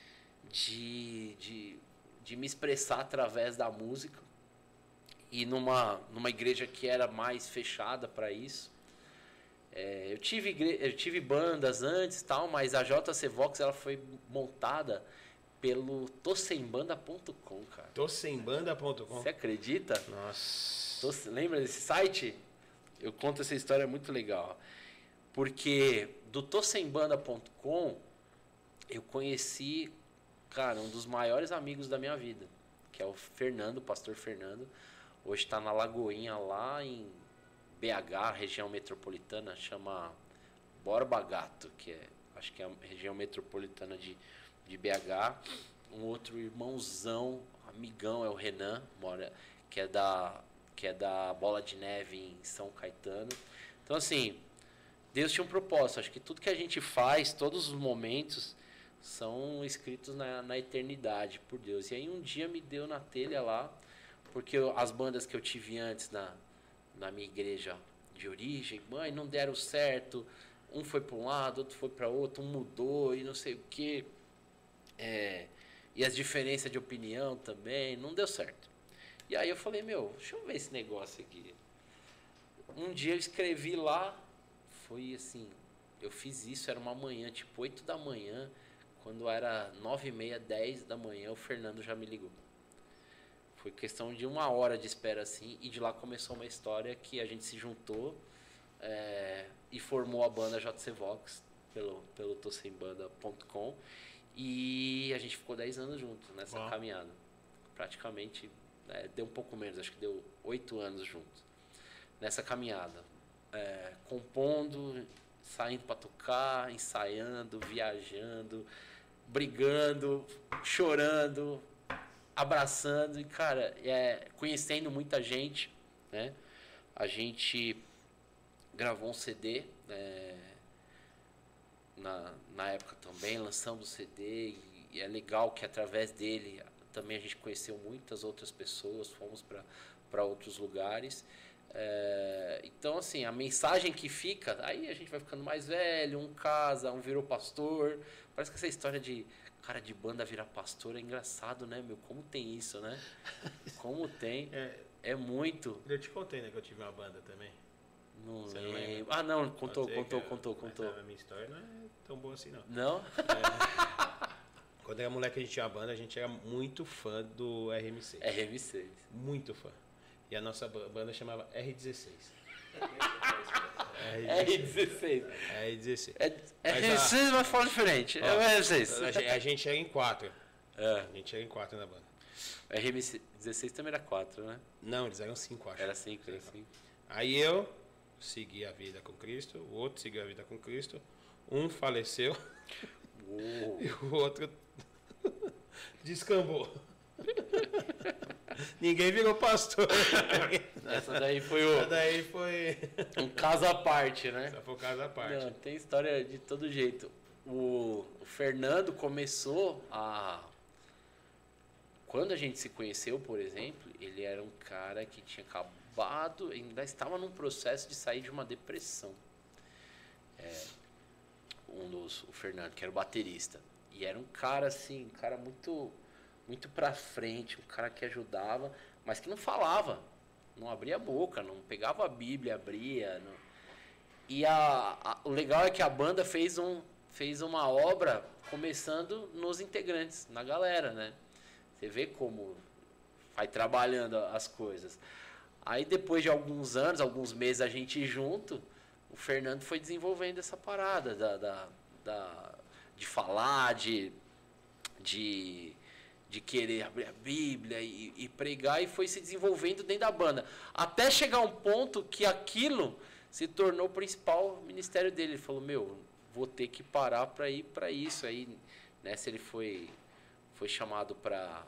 me expressar através da música. E numa igreja que era mais fechada para isso. Eu tive bandas antes, tal, mas a JC Vox ela foi montada pelo tossembanda.com, cara. Tossembanda.com? Você acredita? Nossa. Lembra desse site? Eu conto essa história muito legal. Porque do tossembanda.com eu conheci, cara, um dos maiores amigos da minha vida, que é o Fernando, o pastor Fernando. Hoje está na Lagoinha, lá em BH, região metropolitana, chama Borba Gato, acho que é a região metropolitana de BH. Um outro irmãozão, amigão, é o Renan, que é da Bola de Neve em São Caetano. Então, assim, Deus tinha um propósito. Acho que tudo que a gente faz, todos os momentos, são escritos na eternidade por Deus. E aí um dia me deu na telha lá, porque as bandas que eu tive antes na minha igreja de origem, mãe, não deram certo. Um foi para um lado, outro foi para outro, um mudou e não sei o quê. E as diferenças de opinião também, não deu certo. E aí eu falei, deixa eu ver esse negócio aqui. Um dia eu escrevi lá, foi assim, eu fiz isso, era uma manhã, tipo 8 da manhã, quando era 9h30, 10 da manhã, o Fernando já me ligou. Foi questão de 1 hora de espera assim, e de lá começou uma história que a gente se juntou e formou a banda JC Vox pelo tossembanda.com, e a gente ficou 10 anos juntos nessa caminhada. Praticamente, deu um pouco menos, acho que deu 8 anos juntos nessa caminhada. Compondo, saindo para tocar, ensaiando, viajando, brigando, chorando, abraçando e, cara, conhecendo muita gente, né? A gente gravou um CD na época também, lançamos o CD e é legal que através dele também a gente conheceu muitas outras pessoas, fomos para outros lugares. Então, assim, a mensagem que fica, aí a gente vai ficando mais velho, um casa, um virou pastor. Parece que essa história de cara de banda virar pastor é engraçado, né, meu? Como tem isso, né? Como tem. É muito. Eu te contei, né, que eu tive uma banda também. Não lembro. Ah, não, contou. A minha história não é tão boa assim, não. Não? Quando era moleque, a gente tinha uma banda, a gente era muito fã do RM6. RM6. Muito fã. E a nossa banda chamava R16. R16. R16. R16 vai falar diferente. É o R16. A gente era em 4. A gente era em 4 na banda. O RM16 também era 4, né? Não, eles eram 5, acho. Era 5, era 5. Aí eu segui a vida com Cristo, o outro seguiu a vida com Cristo. Um faleceu e o outro descambou. Ninguém virou pastor. Essa daí foi um caso à parte, né? Essa foi um caso à parte. Não, tem história de todo jeito. O Fernando começou a... Quando a gente se conheceu, por exemplo, ele era um cara que tinha acabado, ainda estava num processo de sair de uma depressão. O Fernando, que era o baterista. E era um cara assim, um cara muito, muito pra frente, um cara que ajudava, mas que não falava, não abria a boca, não pegava a Bíblia, abria. Não... E o legal é que a banda fez uma obra começando nos integrantes, na galera, né? Você vê como vai trabalhando as coisas. Aí depois de alguns anos, alguns meses a gente junto, o Fernando foi desenvolvendo essa parada de falar, de querer abrir a Bíblia e pregar, e foi se desenvolvendo dentro da banda. Até chegar um ponto que aquilo se tornou o principal ministério dele. Ele falou, vou ter que parar para ir para isso. Aí, nessa ele foi chamado para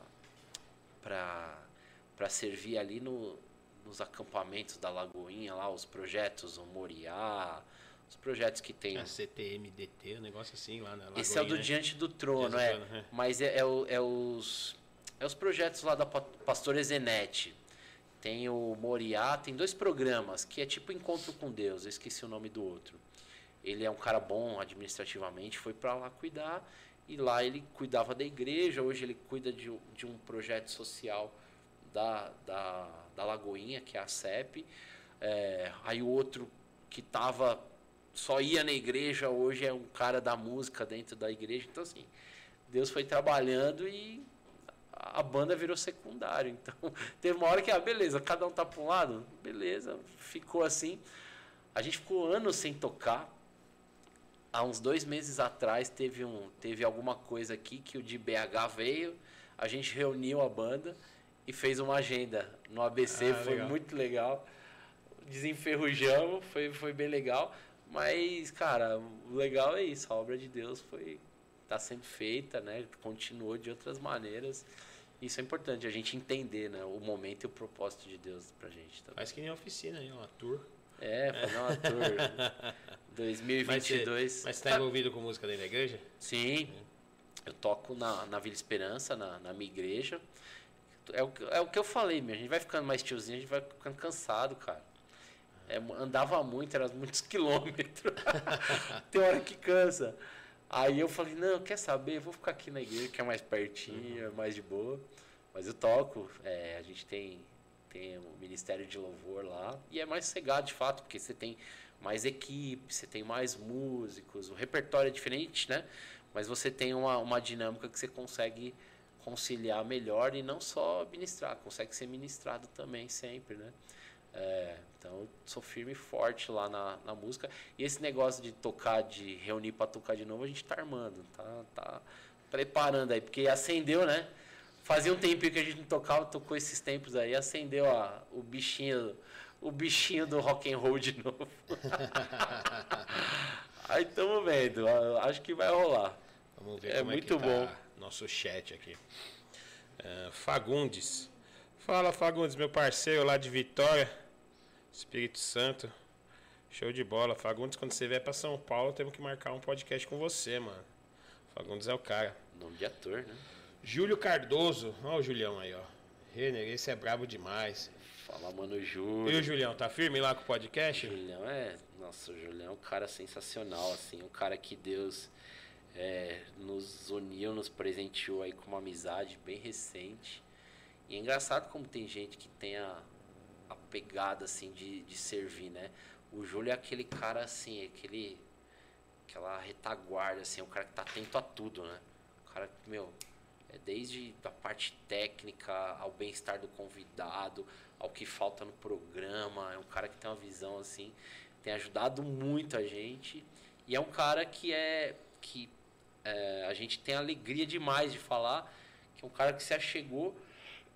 servir ali nos acampamentos da Lagoinha, lá, os projetos, o Moriá, os projetos que tem. A CTMDT, um negócio assim lá na Lagoinha. Esse é o do Diante do Trono, mas é os projetos lá da pastora Zenete. Tem o Moriá, tem 2 programas, que é tipo Encontro com Deus, eu esqueci o nome do outro. Ele é um cara bom administrativamente, foi para lá cuidar, e lá ele cuidava da igreja, hoje ele cuida de um projeto social da Lagoinha, que é a CEP. Aí o outro que só ia na igreja, hoje é um cara da música dentro da igreja. Então, assim, Deus foi trabalhando e a banda virou secundário. Então, teve uma hora que, beleza, cada um tá para um lado, beleza, ficou assim. A gente ficou anos sem tocar. Há uns 2 meses atrás teve alguma coisa aqui que o de BH veio, a gente reuniu a banda e fez uma agenda no ABC, foi legal. Muito legal. Desenferrujamos, foi bem legal. Mas, cara, o legal é isso, a obra de Deus tá sendo feita, né? Continuou de outras maneiras. Isso é importante, a gente entender, né? O momento e o propósito de Deus pra gente também. Faz que nem oficina aí, uma tour. Fazer uma tour 2022. Mas você tá envolvido com música dentro da igreja? Sim, eu toco na Vila Esperança, na minha igreja. É o que eu falei, a gente vai ficando mais tiozinho, a gente vai ficando cansado, cara. Andava muito, era muitos quilômetros. Tem hora que cansa. Aí eu falei, não, quer saber? Eu vou ficar aqui na igreja, que é mais pertinho, é mais de boa. Mas eu toco, a gente tem o Ministério de Louvor lá. E é mais sossegado, de fato, porque você tem mais equipe, você tem mais músicos. O repertório é diferente, né? Mas você tem uma dinâmica que você consegue conciliar melhor e não só ministrar, consegue ser ministrado também sempre, né? Então eu sou firme e forte lá na música. E esse negócio de reunir para tocar de novo, a gente tá armando, tá preparando aí, porque acendeu, né? Fazia um tempinho que a gente não tocava, tocou esses tempos aí, acendeu o bichinho do rock and roll de novo. Aí estamos vendo, acho que vai rolar. Vamos ver como muito é que tá bom. Nosso chat aqui. Fagundes. Fala, Fagundes, meu parceiro lá de Vitória, Espírito Santo. Show de bola. Fagundes, quando você vier pra São Paulo, temos que marcar um podcast com você, mano. Fagundes é o cara. Nome de ator, né? Júlio Cardoso. Olha o Julião aí, ó. Renner, esse é brabo demais. Fala, mano, Júlio. E o Julião, tá firme lá com o podcast? Nossa, o Julião é um cara sensacional, assim. Um cara que Deus nos uniu, nos presenteou aí com uma amizade bem recente. E é engraçado como tem gente que tem a pegada, assim, de servir, né? O Júlio é aquele cara, assim, aquela retaguarda, assim, o cara que tá atento a tudo, né? O cara que, desde a parte técnica ao bem-estar do convidado, ao que falta no programa. É um cara que tem uma visão, assim, tem ajudado muito a gente. E é um cara que a gente tem alegria demais de falar, que é um cara que se achegou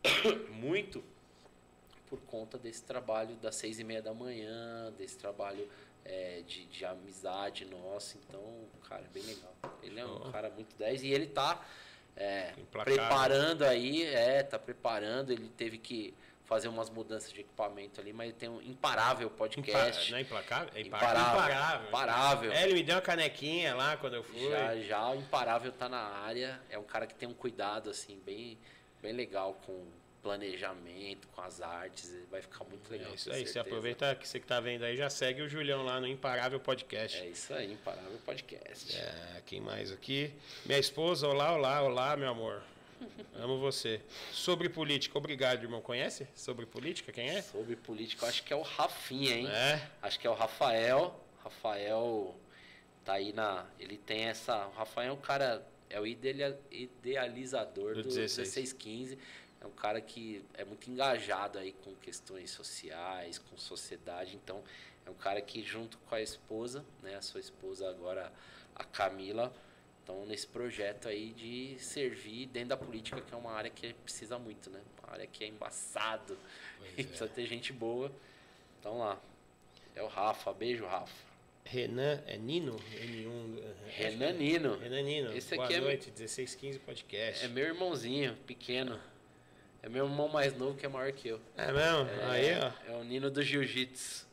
muito por conta desse trabalho das 6:30 da manhã, desse trabalho de amizade nosso. Então, cara, é bem legal. Ele é um cara muito 10 e ele tá preparando aí, tá preparando. Ele teve que fazer umas mudanças de equipamento ali, mas ele tem um Imparável podcast. Não é implacável? É Imparável. Ele me deu uma canequinha lá quando eu fui. Já o Imparável tá na área. É um cara que tem um cuidado, assim, bem legal com planejamento, com as artes. Vai ficar muito legal. É isso aí. Você aproveita que você que tá vendo aí, já segue o Julião lá no Imparável Podcast. É isso aí, Imparável Podcast. Quem mais aqui? Minha esposa, olá, meu amor. Amo você. Sobre política, obrigado, irmão. Conhece? Sobre política, quem é? Sobre política, eu acho que é o Rafinha, hein? Acho que é o Rafael. Rafael tá aí ele tem essa... O Rafael é um cara... É o idealizador do 1615. É um cara que é muito engajado aí com questões sociais, com sociedade. Então, é um cara que junto com a esposa, né? A sua esposa agora, a Camila... Então, nesse projeto aí de servir dentro da política, que é uma área que precisa muito, né? Uma área que é embaçado. E precisa ter gente boa. Então, lá. É o Rafa. Beijo, Rafa. Renan, é Nino? N1, Renan Nino. Renan Nino. Esse Boa aqui noite, 1615 Podcast. É meu irmãozinho, pequeno. É meu irmão mais novo, que é maior que eu. É mesmo? Aí, ó. É o Nino do Jiu-Jitsu.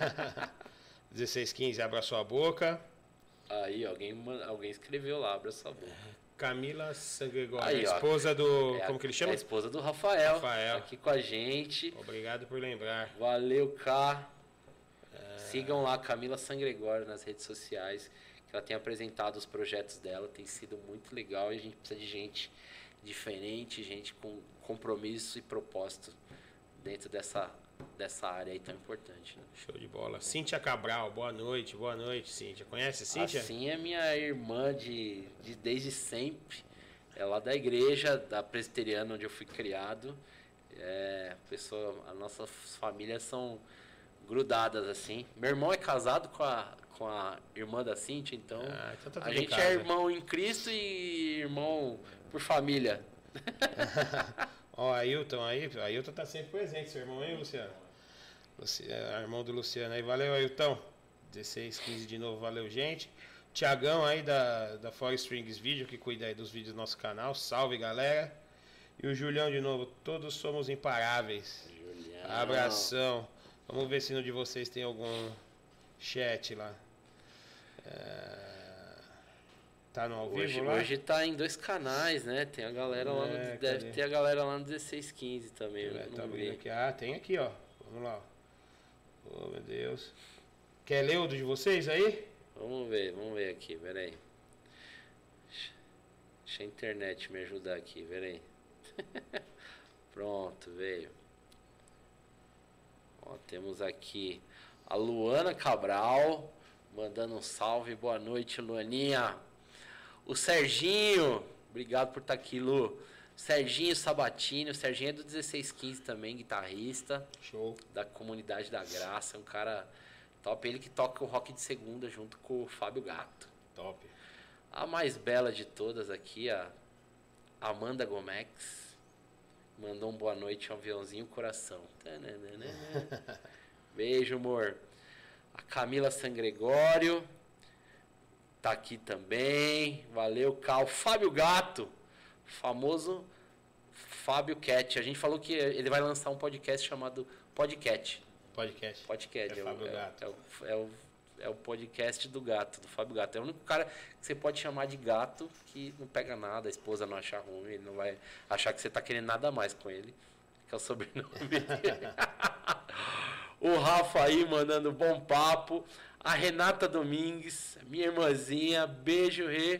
1615, abra sua boca. Aí, alguém escreveu lá, abra sua boca. Camila Sangregório, esposa do... como que ele chama? É a esposa do Rafael. Tá aqui com a gente. Obrigado por lembrar. Valeu, Cá. Sigam lá a Camila Sangregório nas redes sociais, que ela tem apresentado os projetos dela. Tem sido muito legal e a gente precisa de gente diferente, gente com compromisso e propósito dentro dessa área aí tão importante, né? Show de bola. Cíntia Cabral, boa noite, Cíntia. Conhece a Cíntia? Assim é minha irmã desde sempre. É lá da igreja, da presbiteriana onde eu fui criado. As nossas famílias são grudadas, assim. Meu irmão é casado com a irmã da Cíntia, então, então tá a gente é irmão em Cristo e irmão por família. Ó, Ailton aí, Ailton tá sempre presente, seu irmão aí, Luciano? Irmão do Luciano aí, valeu, Ailton. 1615 de novo, valeu, gente. Tiagão aí da Four Strings Video, que cuida aí dos vídeos do nosso canal, salve, galera. E o Julião de novo, todos somos imparáveis. Julião. Abração. Vamos ver se no de vocês tem algum chat lá. Tá no ao vivo lá? Hoje tá em 2 canais, né? Tem a galera lá no... Deve ter a galera lá no 1615 também. Tá abrindo aqui. Tem aqui, ó. Vamos lá. Oh, meu Deus. Quer ler o de vocês aí? Vamos ver aqui, peraí. Deixa a internet me ajudar aqui, peraí. Pronto, veio. Ó, temos aqui a Luana Cabral, mandando um salve. Boa noite, Luaninha. O Serginho, obrigado por estar aqui, Lu. Serginho Sabatini, o Serginho é do 1615 também, guitarrista. Show. Da Comunidade da Graça, é um cara top. Ele que toca o rock de segunda junto com o Fábio Gato. Top. A mais bela de todas aqui, a Amanda Gomex, mandou um boa noite, um aviãozinho coração. Beijo, amor. A Camila Sangregório tá aqui também. Valeu, Cal. Fábio Gato, famoso Fábio Cat. A gente falou que ele vai lançar um podcast chamado Podcast. Podcast. É Fábio Gato. É o podcast do gato, do Fábio Gato. É o único cara que você pode chamar de gato que não pega nada, a esposa não acha ruim, ele não vai achar que você tá querendo nada mais com ele, que é o sobrenome dele. O Rafa aí mandando bom papo. A Renata Domingues, minha irmãzinha, beijo, Rê.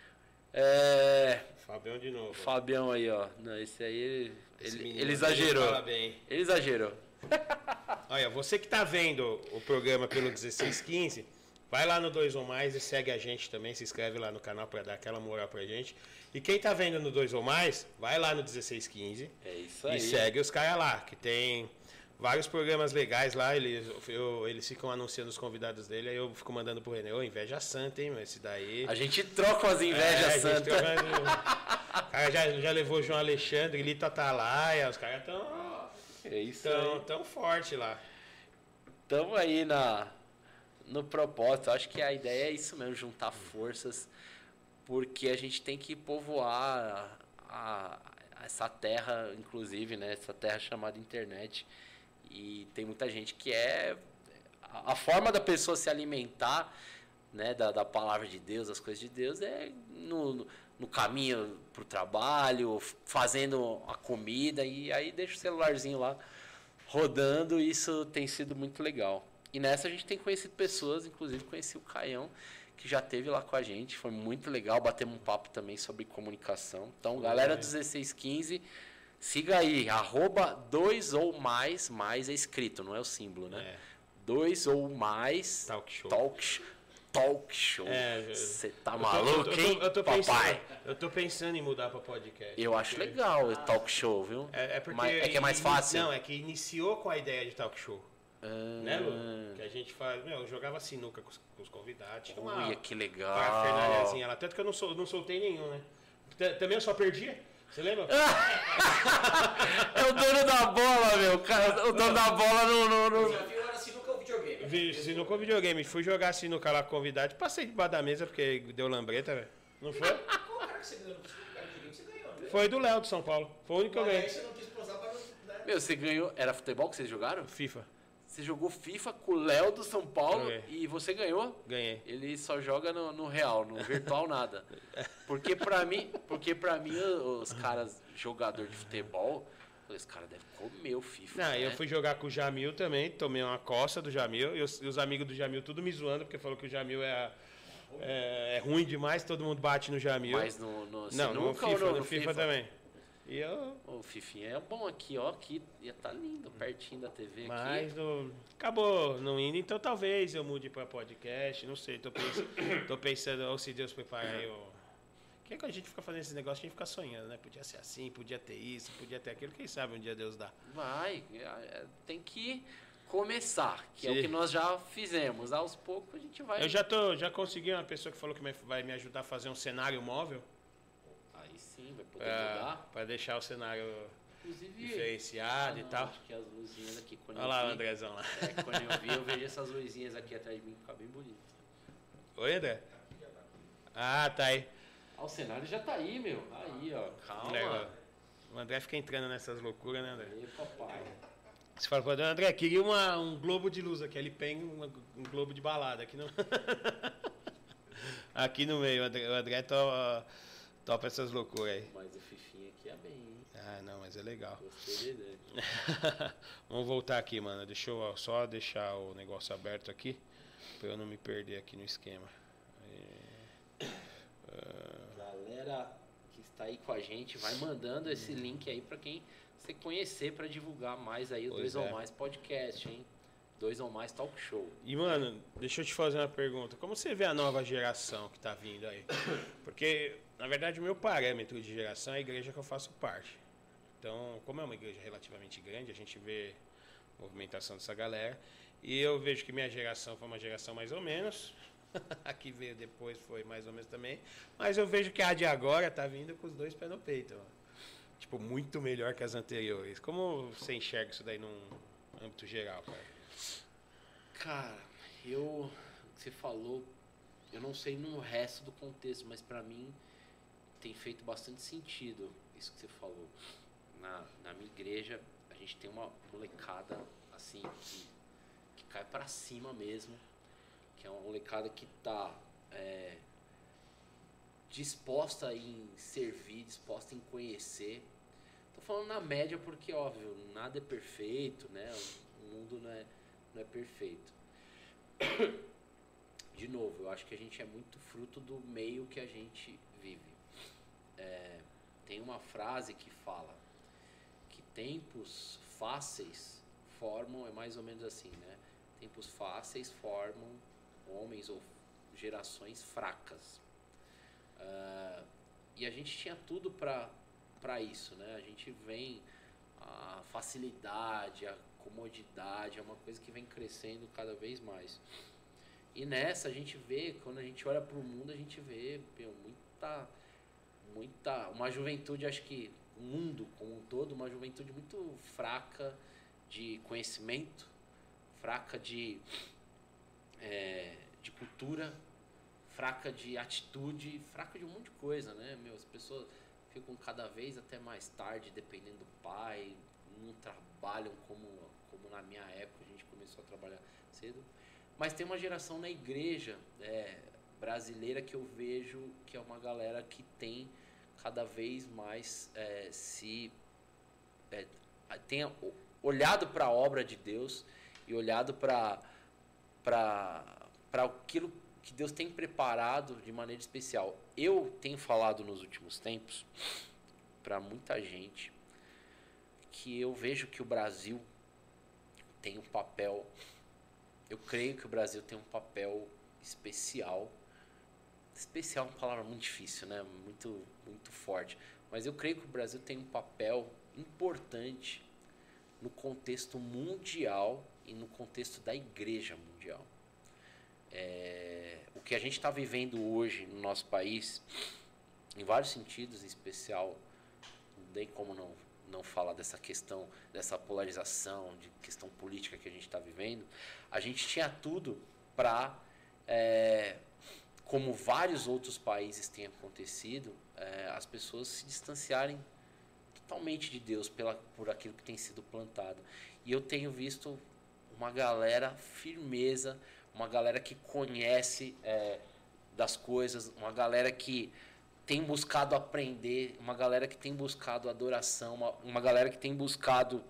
Fabião de novo. Fabião aí, ó. Não, esse aí ele exagerou. Fala bem. Ele exagerou. Olha, você que tá vendo o programa pelo 1615, vai lá no 2 ou Mais e segue a gente também, se inscreve lá no canal para dar aquela moral pra gente. E quem tá vendo no 2 ou Mais, vai lá no 1615. É isso aí. E segue os caras lá, que tem vários programas legais lá, eles ficam anunciando os convidados dele, aí eu fico mandando pro René, inveja santa, hein, esse daí. A gente troca as invejas santas. O cara já levou o João Alexandre, Lito Atalaia, os caras tão forte lá. Estamos aí no propósito. Acho que a ideia é isso mesmo, juntar forças, porque a gente tem que povoar essa terra, inclusive, né? Essa terra chamada internet. E tem muita gente que a forma da pessoa se alimentar, né, da palavra de Deus, das coisas de Deus, é no caminho pro trabalho, fazendo a comida, e aí deixa o celularzinho lá rodando. Isso tem sido muito legal. E nessa a gente tem conhecido pessoas, inclusive conheci o Caião, que já esteve lá com a gente, foi muito legal, batemos um papo também sobre comunicação. Então, galera do 1615, siga aí, @2 ou mais é escrito, não é o símbolo, né? 2 ou mais Talk show. Você tá maluco, hein, papai? Eu tô pensando em mudar pra podcast. Eu acho legal o talk show, viu? Porque é que é mais fácil? Não, é que iniciou com a ideia de talk show. Né, Lu? Que a gente faz. Eu jogava sinuca com os convidados. Olha, que legal. Uma fernalhazinha lá. Tanto que eu não soltei nenhum, né? Também eu só perdia. Você lembra? É o dono da bola, meu. Cara, o dono da bola no... Sinuca ou videogame. Fui jogar sinuca lá com convidado. Passei debaixo da mesa porque deu lambreta, velho. Não foi? Qual cara que você ganhou? Você ganhou, né? Foi do Léo de São Paulo. Foi o único que eu ganhei. Você não quis posar pra não... Meu, você ganhou... Era futebol que vocês jogaram? FIFA. Você jogou FIFA com o Léo do São Paulo e você ganhou? Ganhei. Ele só joga no real, no virtual nada. Porque pra mim os caras, jogador de futebol, esse cara deve comer o FIFA. Não, né? eu fui jogar com o Jamil também, tomei uma coça do Jamil, e os amigos do Jamil tudo me zoando, porque falou que o Jamil é ruim demais, todo mundo bate no Jamil. Mas no FIFA também. E o Fifinha é bom aqui, ó. Aqui ia tá lindo, pertinho da TV aqui. Mas acabou não indo, então talvez eu mude para podcast, não sei. Tô pensando, ou se Deus preparar aí. Que é que a gente fica fazendo esse negócio, a gente fica sonhando, né? Podia ser assim, podia ter isso, podia ter aquilo, quem sabe um dia Deus dá. Vai, tem que começar, que é o que nós já fizemos. Aos poucos a gente vai... Eu já consegui uma pessoa que falou que vai me ajudar a fazer um cenário móvel. Sim, vai poder mudar. Para deixar o cenário inclusive, diferenciado e tal. Acho que as luzinhas aqui, quando olha lá o Andrezão lá. Quando eu vejo essas luzinhas aqui atrás de mim, fica bem bonito. Oi, André? Ah, tá aí. O cenário já tá aí, meu. Aí, ó. Calma. O André fica entrando nessas loucuras, né, André? Aí, papai. Você fala pro André, queria um globo de luz aqui. Ele pega um globo de balada aqui no... aqui no meio. O André topa essas loucuras aí. Mas o Fifinha aqui é bem, hein? Ah, não, mas é legal. Gostei dele. Vamos voltar aqui, mano. Deixa eu só deixar o negócio aberto aqui, pra eu não me perder aqui no esquema. Galera que está aí com a gente, vai mandando esse link aí pra quem você conhecer, pra divulgar mais aí o 2 ou Mais podcast, hein? 2 ou Mais Talk Show. E, mano, deixa eu te fazer uma pergunta. Como você vê a nova geração que tá vindo aí? Porque, na verdade, o meu parâmetro de geração é a igreja que eu faço parte. Então, como é uma igreja relativamente grande, a gente vê a movimentação dessa galera. E eu vejo que minha geração foi uma geração mais ou menos. A que veio depois foi mais ou menos também. Mas eu vejo que a de agora tá vindo com os dois pés no peito. Tipo, muito melhor que as anteriores. Como você enxerga isso daí num âmbito geral, cara? Cara, você falou, eu não sei no resto do contexto, mas pra mim tem feito bastante sentido isso que você falou. Na minha igreja, a gente tem uma molecada assim, que cai pra cima mesmo, que é uma molecada que tá disposta em servir, disposta em conhecer. Tô falando na média porque, óbvio, nada é perfeito, né? O mundo não é perfeito. De novo, eu acho que a gente é muito fruto do meio que a gente vive. Tem uma frase que fala que tempos fáceis formam, é mais ou menos assim, né? Tempos fáceis formam homens ou gerações fracas. E a gente tinha tudo para isso, né? A gente vem a facilidade, a comodidade, é uma coisa que vem crescendo cada vez mais. E nessa a gente vê, quando a gente olha para o mundo, a gente vê uma juventude, acho que o mundo como um todo, uma juventude muito fraca de conhecimento, fraca de cultura, fraca de atitude, fraca de um monte de coisa, né? As pessoas ficam cada vez até mais tarde, dependendo do pai, não trabalham como na minha época, a gente começou a trabalhar cedo. Mas tem uma geração na igreja brasileira que eu vejo que é uma galera que tem cada vez mais tem olhado para a obra de Deus e olhado para aquilo que Deus tem preparado de maneira especial. Eu tenho falado nos últimos tempos para muita gente que eu vejo que o Brasil tem um papel, eu creio que o Brasil tem um papel especial. Especial é uma palavra muito difícil, né? Muito, muito forte. Mas eu creio que o Brasil tem um papel importante no contexto mundial e no contexto da igreja mundial. O que a gente está vivendo hoje no nosso país, em vários sentidos, em especial, não tem como não falar dessa questão, dessa polarização, de questão política que a gente está vivendo. A gente tinha tudo para, como vários outros países têm acontecido, as pessoas se distanciarem totalmente de Deus por aquilo que tem sido plantado. E eu tenho visto uma galera firmeza, uma galera que conhece das coisas, uma galera que tem buscado aprender, uma galera que tem buscado adoração, uma galera que tem buscado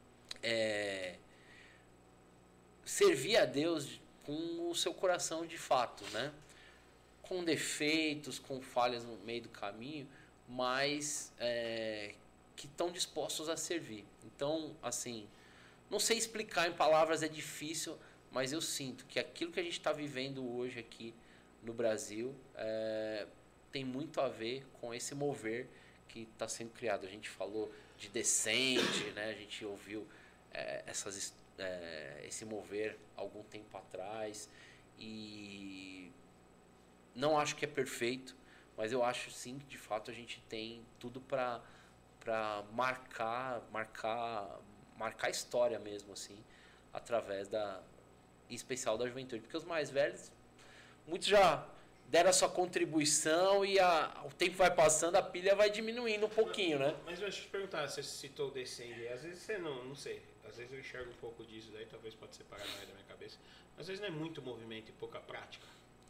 servir a Deus com o seu coração de fato, né? Com defeitos, com falhas no meio do caminho, mas que estão dispostos a servir. Então, assim, não sei explicar em palavras, é difícil, mas eu sinto que aquilo que a gente está vivendo hoje aqui no Brasil tem muito a ver com esse mover que está sendo criado. A gente falou de Descende, né? A gente ouviu esse mover algum tempo atrás e não acho que é perfeito, mas eu acho sim que de fato a gente tem tudo para marcar a história mesmo, assim, através em especial da juventude, porque os mais velhos, muitos já deram a sua contribuição e o tempo vai passando, a pilha vai diminuindo um pouquinho, né? Mas deixa eu te perguntar, você citou o Descende, às vezes você não sei, às vezes eu enxergo um pouco disso daí, talvez pode ser paranoia da minha cabeça, mas às vezes não é muito movimento e pouca prática.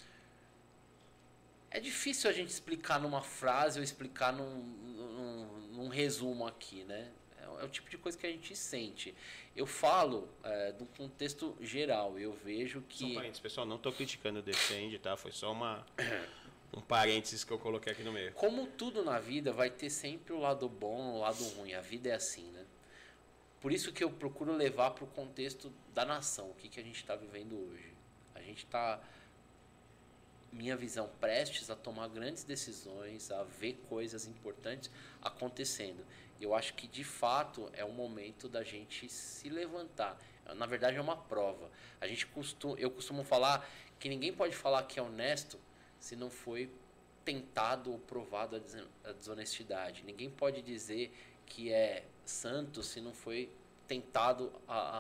É difícil a gente explicar numa frase ou explicar num resumo aqui, né? É o tipo de coisa que a gente sente. Eu falo do contexto geral. Eu vejo que... Só um parênteses, pessoal, não estou criticando o Descende, tá? Foi só um parênteses que eu coloquei aqui no meio. Como tudo na vida, vai ter sempre o lado bom e o lado ruim. A vida é assim, né? Por isso que eu procuro levar para o contexto da nação. O que a gente está vivendo hoje. A gente está... minha visão, prestes a tomar grandes decisões, a ver coisas importantes acontecendo. Eu acho que, de fato, é o momento da gente se levantar. Na verdade, é uma prova. Eu costumo falar que ninguém pode falar que é honesto se não foi tentado ou provado a desonestidade. Ninguém pode dizer que é santo se não foi tentado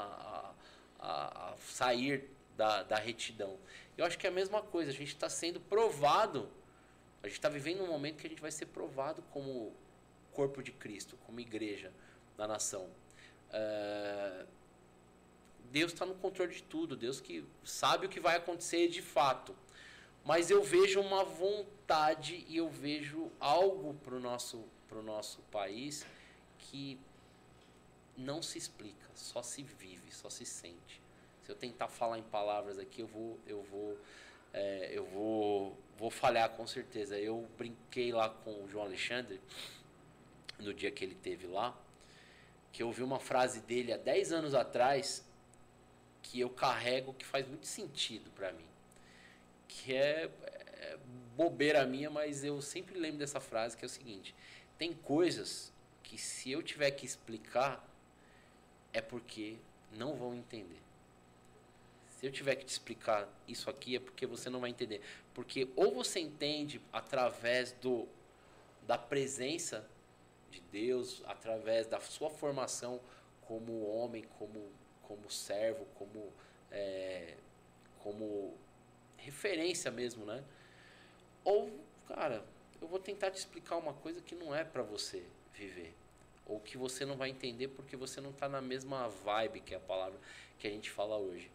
a sair da retidão. Eu acho que é a mesma coisa, a gente está sendo provado, a gente está vivendo um momento que a gente vai ser provado como corpo de Cristo, como igreja da nação. Deus está no controle de tudo, Deus que sabe o que vai acontecer de fato. Mas eu vejo uma vontade e eu vejo algo para o nosso país que não se explica, só se vive, só se sente. Se eu tentar falar em palavras aqui, eu vou falhar com certeza. Eu brinquei lá com o João Alexandre, no dia que ele esteve lá, que eu ouvi uma frase dele há 10 anos atrás, que eu carrego, que faz muito sentido para mim. Que é bobeira minha, mas eu sempre lembro dessa frase, que é o seguinte: tem coisas que se eu tiver que explicar, é porque não vão entender. Se eu tiver que te explicar isso aqui, é porque você não vai entender. Porque ou você entende através da presença de Deus, através da sua formação como homem, como servo, como referência mesmo, né? Ou, cara, eu vou tentar te explicar uma coisa que não é para você viver. Ou que você não vai entender porque você não está na mesma vibe, que é a palavra que a gente fala hoje.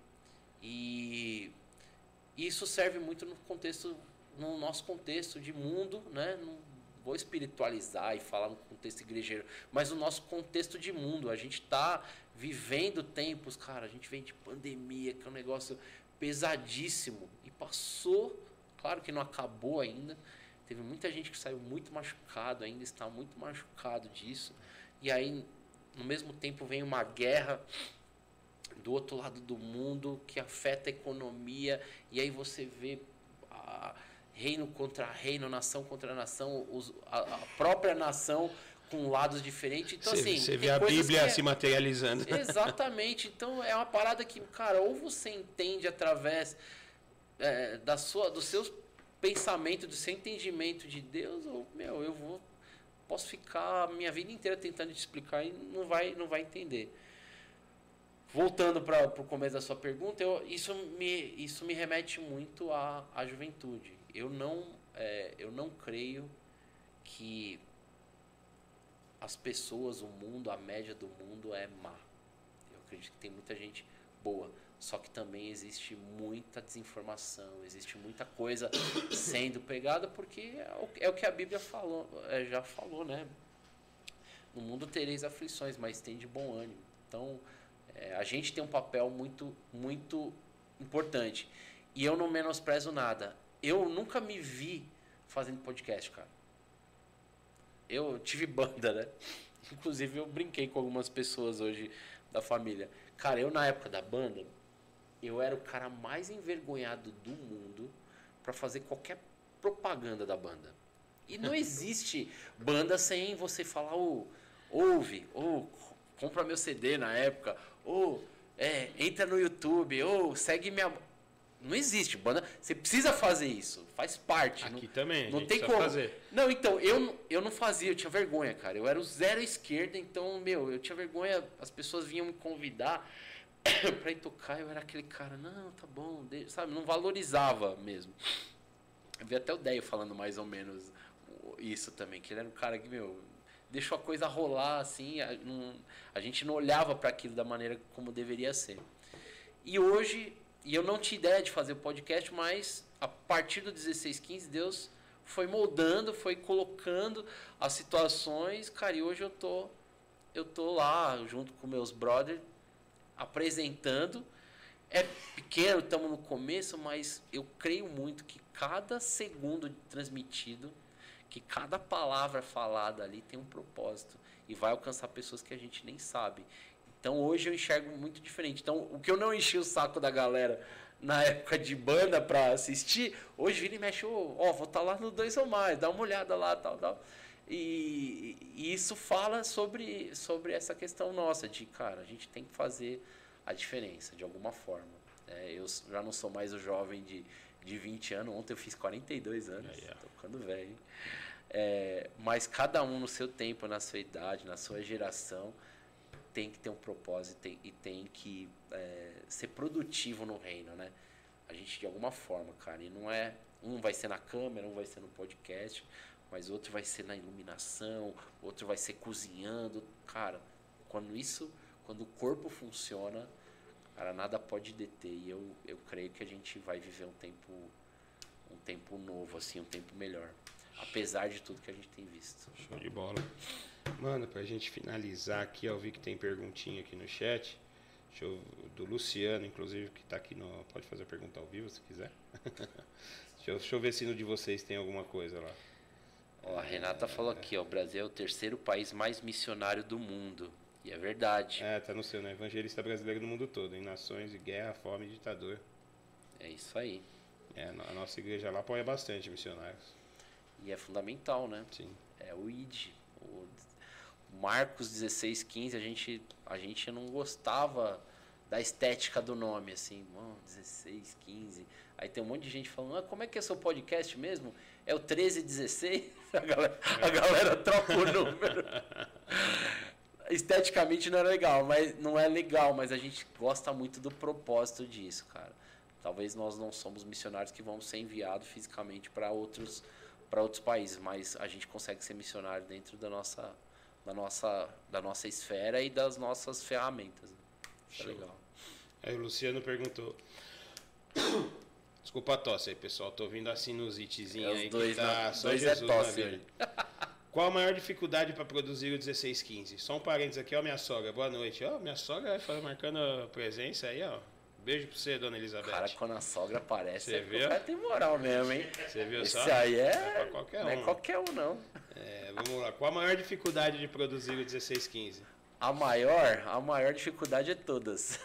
E isso serve muito no nosso contexto de mundo, né? Não vou espiritualizar e falar no contexto igrejeiro, mas no nosso contexto de mundo. A gente está vivendo tempos, cara, a gente vem de pandemia, que é um negócio pesadíssimo. E passou, claro que não acabou ainda. Teve muita gente que saiu muito machucado, ainda está muito machucado disso. E aí, no mesmo tempo, vem uma guerra do outro lado do mundo que afeta a economia. E aí você vê reino contra reino, nação contra nação, a própria nação com lados diferentes. Então, você vê a Bíblia se materializando. Exatamente. Então, é uma parada que, cara, ou você entende através do seu pensamento, do seu entendimento de Deus, ou, posso ficar a minha vida inteira tentando te explicar e não vai entender. Voltando para o começo da sua pergunta, isso me remete muito à juventude. Eu não creio que as pessoas, o mundo, a média do mundo é má. Eu acredito que tem muita gente boa. Só que também existe muita desinformação, existe muita coisa sendo pegada, porque é o que a Bíblia já falou, né? No mundo tereis aflições, mas tem de bom ânimo. Então, a gente tem um papel muito, muito importante. E eu não menosprezo nada. Eu nunca me vi fazendo podcast, cara. Eu tive banda, né? Inclusive, eu brinquei com algumas pessoas hoje da família. Cara, eu na época da banda, eu era o cara mais envergonhado do mundo para fazer qualquer propaganda da banda. E não existe banda sem você falar, ouve, compra meu CD na época, entra no YouTube, segue minha... Não existe banda, você precisa fazer isso, faz parte. Aqui também, não tem como fazer. Não, então, eu não fazia, eu tinha vergonha, cara. Eu era o zero esquerda, então, eu tinha vergonha, as pessoas vinham me convidar pra ir tocar, eu era aquele cara, não, tá bom, sabe, não valorizava mesmo. Eu vi até o Deio falando mais ou menos isso também, que ele era um cara que, deixou a coisa rolar, assim, a gente não olhava para aquilo da maneira como deveria ser. E hoje, eu não tinha ideia de fazer o podcast, mas a partir do 1615, Deus foi moldando, foi colocando as situações, cara, e hoje eu tô lá, junto com meus brothers, apresentando. É pequeno, estamos no começo, mas eu creio muito que cada segundo transmitido, que cada palavra falada ali tem um propósito e vai alcançar pessoas que a gente nem sabe. Então hoje eu enxergo muito diferente. Então o que eu não enchi o saco da galera na época de banda para assistir, hoje vira e mexe, vou estar lá no 2 ou mais, dá uma olhada lá, tal. E isso fala sobre essa questão nossa de, cara, a gente tem que fazer a diferença de alguma forma. Eu já não sou mais o jovem de 20 anos, ontem eu fiz 42 anos, tô ficando velho. Mas cada um no seu tempo, na sua idade, na sua geração, tem que ter um propósito e tem que ser produtivo no reino, né? A gente, de alguma forma, cara, e não é... Um vai ser na câmera, um vai ser no podcast, mas outro vai ser na iluminação, outro vai ser cozinhando. Cara, quando o corpo funciona, cara, nada pode deter. E eu creio que a gente vai viver um tempo novo, assim, um tempo melhor. Apesar de tudo que a gente tem visto. Show de bola. Mano, pra gente finalizar aqui, eu vi que tem perguntinha aqui no chat. Do Luciano, inclusive, que tá aqui no... Pode fazer a pergunta ao vivo, se quiser. Deixa eu ver se no de vocês tem alguma coisa lá. A Renata falou aqui, o Brasil é o terceiro país mais missionário do mundo. E é verdade. Tá no seu, né? Evangelista brasileiro no mundo todo, em nações de guerra, fome e ditadura. É isso aí. A nossa igreja lá apoia bastante missionários. E é fundamental, né? Sim. É o ID. O Marcos 16:15, a gente não gostava da estética do nome, assim, 16, 15. Aí tem um monte de gente falando, como é que é seu podcast mesmo? É o 1316? A galera troca o número. Esteticamente não é legal, mas a gente gosta muito do propósito disso, cara. Talvez nós não somos missionários que vamos ser enviados fisicamente para outros países, mas a gente consegue ser missionário dentro da nossa esfera e das nossas ferramentas. Isso é legal. Aí o Luciano perguntou. Desculpa a tosse aí, pessoal. Tô ouvindo a sinusitezinha aí dois, que tá só dois Jesus é tosse na vida. Qual a maior dificuldade para produzir o 1615? Só um parênteses aqui, ó, minha sogra. Boa noite. Ó, minha sogra marcando a presença aí, ó. Beijo pra você, dona Elizabeth. Cara, quando a sogra aparece, você viu? O cara tem moral mesmo, hein? Você viu Esse só? Esse aí pra qualquer um. Não é qualquer um, não. Vamos lá. Qual a maior dificuldade de produzir o 1615? A maior dificuldade é todas.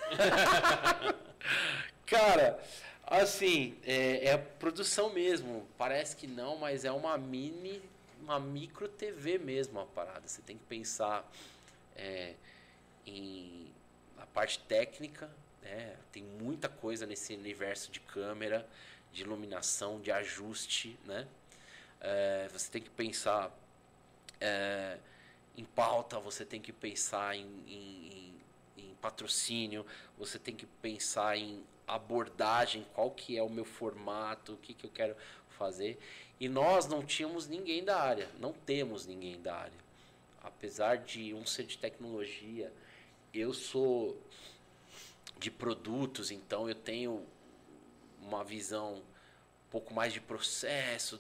Cara, assim, é a produção mesmo. Parece que não, mas é uma micro TV mesmo a parada. Você tem que pensar na parte técnica, né? Tem muita coisa nesse universo de câmera, de iluminação, de ajuste, né? Você tem que pensar em pauta, você tem que pensar em patrocínio, você tem que pensar em abordagem, qual que é o meu formato, o que eu quero fazer. E nós não tínhamos ninguém da área, não temos ninguém da área. Apesar de um ser de tecnologia, eu sou de produtos, então eu tenho uma visão um pouco mais de processo,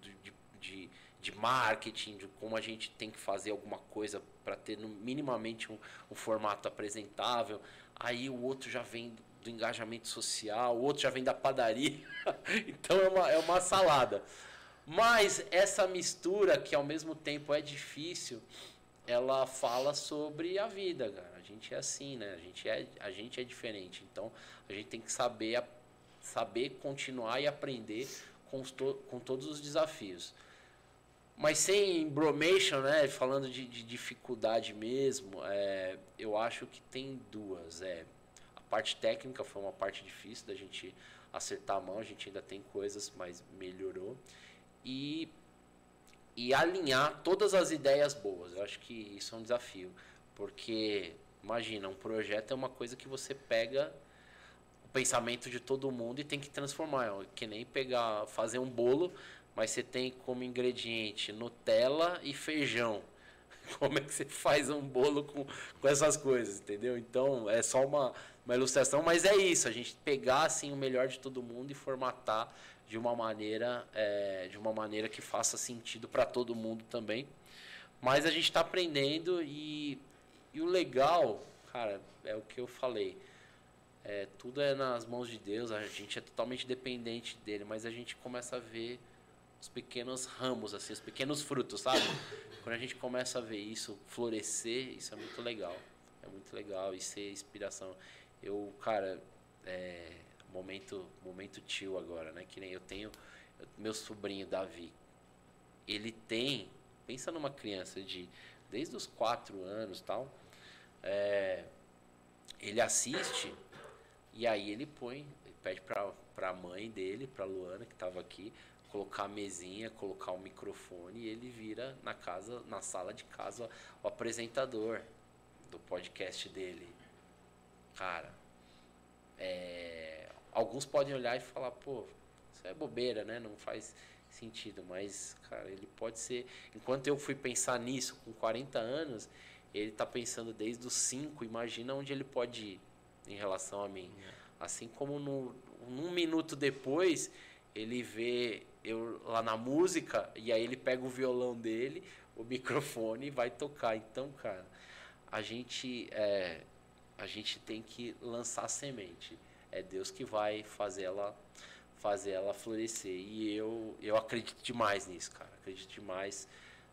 de marketing, de como a gente tem que fazer alguma coisa para ter minimamente um formato apresentável. Aí o outro já vem do engajamento social, o outro já vem da padaria. Então é uma salada. Mas essa mistura, que ao mesmo tempo é difícil, ela fala sobre a vida, cara. A gente é assim, né? A gente é diferente. Então a gente tem que saber continuar e aprender com todos os desafios. Mas sem bromation, né? Falando de dificuldade mesmo, eu acho que tem duas. A parte técnica foi uma parte difícil da gente acertar a mão, a gente ainda tem coisas, mas melhorou. E alinhar todas as ideias boas. Eu acho que isso é um desafio. Porque, imagina, um projeto é uma coisa que você pega o pensamento de todo mundo e tem que transformar. É que nem fazer um bolo, mas você tem como ingrediente Nutella e feijão. Como é que você faz um bolo com essas coisas, entendeu? Então, é só uma ilustração, mas é isso. A gente pegar assim, o melhor de todo mundo e formatar de uma maneira que faça sentido para todo mundo também. Mas a gente está aprendendo e o legal, cara, é o que eu falei. Tudo é nas mãos de Deus, a gente é totalmente dependente dele, mas a gente começa a ver os pequenos ramos, assim, os pequenos frutos, sabe? Quando a gente começa a ver isso florescer, isso é muito legal. É muito legal e ser inspiração. Eu, cara, momento tio agora, né? Que nem eu tenho meu sobrinho Davi. Ele pensa numa criança desde os 4 anos, tal. Ele assiste e aí ele pede pra mãe dele, pra Luana, que tava aqui, colocar a mesinha, colocar o microfone, e ele vira na sala de casa, o apresentador do podcast dele. Cara, alguns podem olhar e falar, pô, isso é bobeira, né? Não faz sentido, mas, cara, ele pode ser... Enquanto eu fui pensar nisso com 40 anos, ele tá pensando desde os 5, imagina onde ele pode ir em relação a mim. Assim como num minuto depois, ele vê eu lá na música, e aí ele pega o violão dele, o microfone e vai tocar. Então, cara, a gente tem que lançar a semente. É Deus que vai fazer ela florescer. E eu acredito demais nisso, cara. Acredito demais.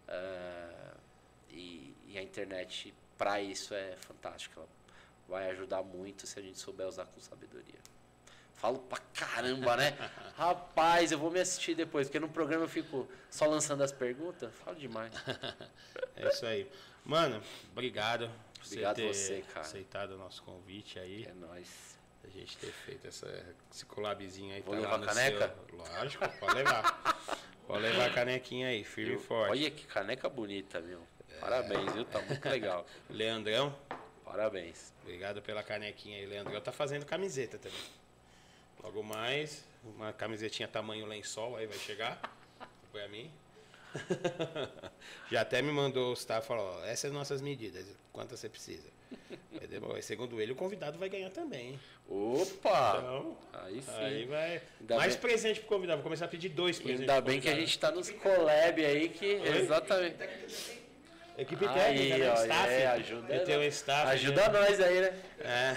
E a internet, para isso, é fantástica. Ela vai ajudar muito se a gente souber usar com sabedoria. Falo pra caramba, né? Rapaz, eu vou me assistir depois, porque no programa eu fico só lançando as perguntas. Falo demais. É isso aí. Mano, obrigado por Obrigado ter você, cara. aceitado o nosso convite aí. É nóis. A gente ter feito esse collabzinho aí. Vou tá levar lá no caneca? seu- Lógico, pode levar. Pode levar a canequinha aí, firme e forte. Olha que caneca bonita, meu. Parabéns, viu? Tá muito legal. Leandrão, Parabéns. obrigado pela canequinha aí. Leandrão tá fazendo camiseta também. Logo mais, uma camisetinha tamanho lençol aí vai chegar pra mim. Já até me mandou o staff, falou, ó, essas são nossas medidas, quantas você precisa. Segundo ele, o convidado vai ganhar também. Hein? Opa! Então, Aí sim. aí vai. Ainda Mais bem- presente pro convidado. Vou começar a pedir 2 presentes. Ainda pro bem que a convidado. gente tá nos collab aí que. Exatamente. Equipe Aí, técnica, né? ó, Staff. ajuda, Eu tenho um staff. ajuda né? nós aí, né?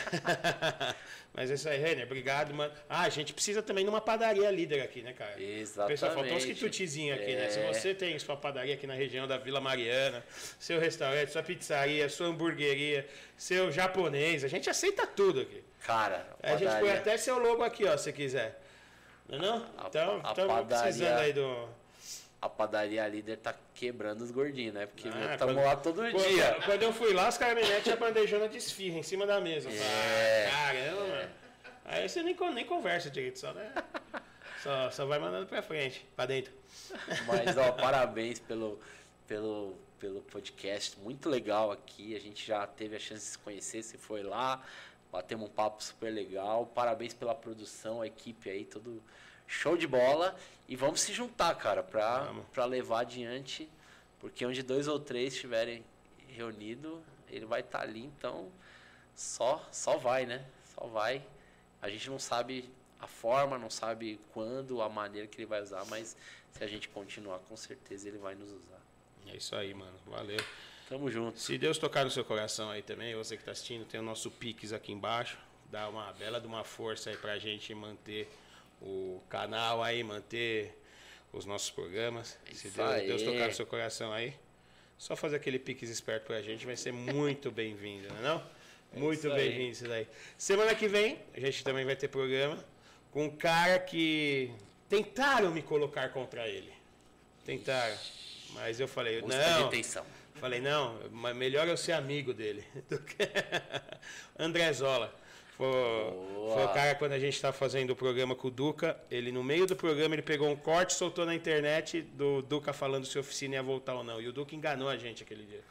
É. Mas é isso aí, Renner. Obrigado, mano. Ah, a gente precisa também de uma padaria líder aqui, né, cara? Exatamente. Pessoal, faltou uns quitutezinhos aqui, né? Se você tem sua padaria aqui na região da Vila Mariana, seu restaurante, sua pizzaria, sua hamburgueria, seu japonês, a gente aceita tudo aqui. Cara, A gente põe até seu logo aqui, ó, se quiser. Não é não? Então, a estamos padaria- precisando aí do... A padaria líder tá quebrando os gordinhos, né? Porque Ah, estamos quando- lá todo Quando- dia. Quando eu fui lá, os caras me metem a bandejona de esfirra em cima da mesa. Eu falei, caramba, mano. Aí você nem conversa direito, só, né? Só vai mandando pra frente, pra dentro. Mas, ó, parabéns pelo podcast. Muito legal aqui. A gente já teve a chance de se conhecer. Você foi lá, batemos um papo super legal. Parabéns pela produção, a equipe aí, tudo show de bola. E vamos se juntar, cara, pra levar adiante. Porque onde 2 ou 3 estiverem reunidos, ele vai estar ali. Então, só vai, né? Só vai. A gente não sabe a forma, não sabe quando, a maneira que ele vai usar, mas se a gente continuar, com certeza ele vai nos usar. É isso aí, mano. Valeu. Tamo junto. Se Deus tocar no seu coração aí também, você que tá assistindo, tem o nosso Pix aqui embaixo. Dá uma bela de uma força aí pra gente manter o canal aí, manter os nossos programas. Se Isso Deus aí. tocar no seu coração aí, só fazer aquele Pix esperto pra gente, vai ser muito bem-vindo, não é não? Muito isso aí. bem-vindo isso daí. Semana que vem, a gente também vai ter programa com um cara que tentaram me colocar contra ele. Tentaram. Mas eu falei, Busca de não. atenção. Falei, não, mas melhor eu ser amigo dele. Do que... André Zola. Foi o cara, quando a gente estava fazendo o programa com o Duca, ele no meio do programa ele pegou um corte, soltou na internet do Duca falando se a oficina ia voltar ou não. E o Duca enganou a gente aquele dia.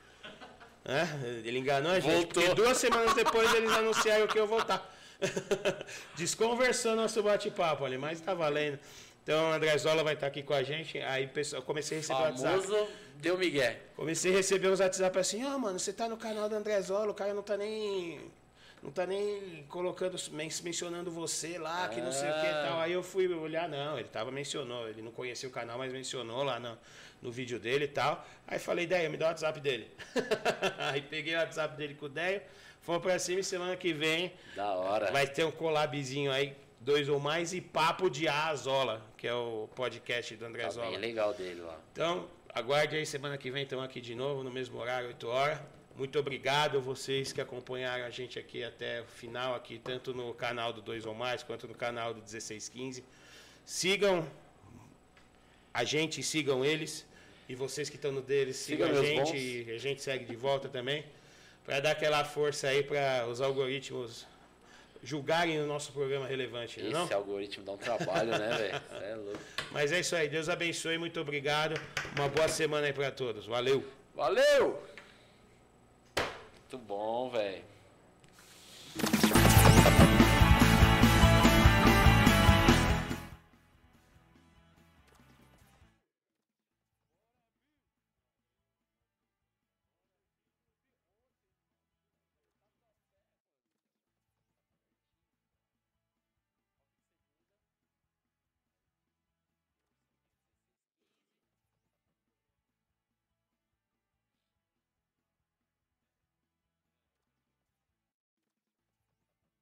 Ele enganou a gente, Voltou. porque 2 semanas depois eles anunciaram que eu ia voltar. Desconversou nosso bate-papo ali, mas tá valendo. Então o André Zola vai estar aqui com a gente. Aí pessoal, comecei a receber WhatsApp. Famoso deu migué. Comecei a receber uns WhatsApp assim, mano, você tá no canal do André Zola, o cara não tá nem colocando, mencionando você lá, que não sei o que e tal. Aí eu fui olhar, não, ele mencionou, ele não conhecia o canal, mas mencionou lá no vídeo dele e tal. Aí falei, Deia, me dá o WhatsApp dele. Aí peguei o WhatsApp dele com o Deia, fomos pra cima e semana que vem Da hora. vai ter um collabzinho aí, 2 ou mais, e Papo de Zola, que é o podcast do André Tá Zola. bem legal dele lá. Então, aguarde aí, semana que vem estamos aqui de novo, no mesmo horário, 8 horas. Muito obrigado a vocês que acompanharam a gente aqui até o final, aqui, tanto no canal do 2 ou Mais, quanto no canal do 1615. Sigam a gente, sigam eles. E vocês que estão no deles, sigam Siga a meus gente. E a gente segue de volta também. Para dar aquela força aí para os algoritmos julgarem o nosso programa relevante, não é? Esse algoritmo dá um trabalho, né, velho? Cê é louco. Mas é isso aí. Deus abençoe. Muito obrigado. Uma boa semana aí para todos. Valeu! Valeu! Muito bom, velho.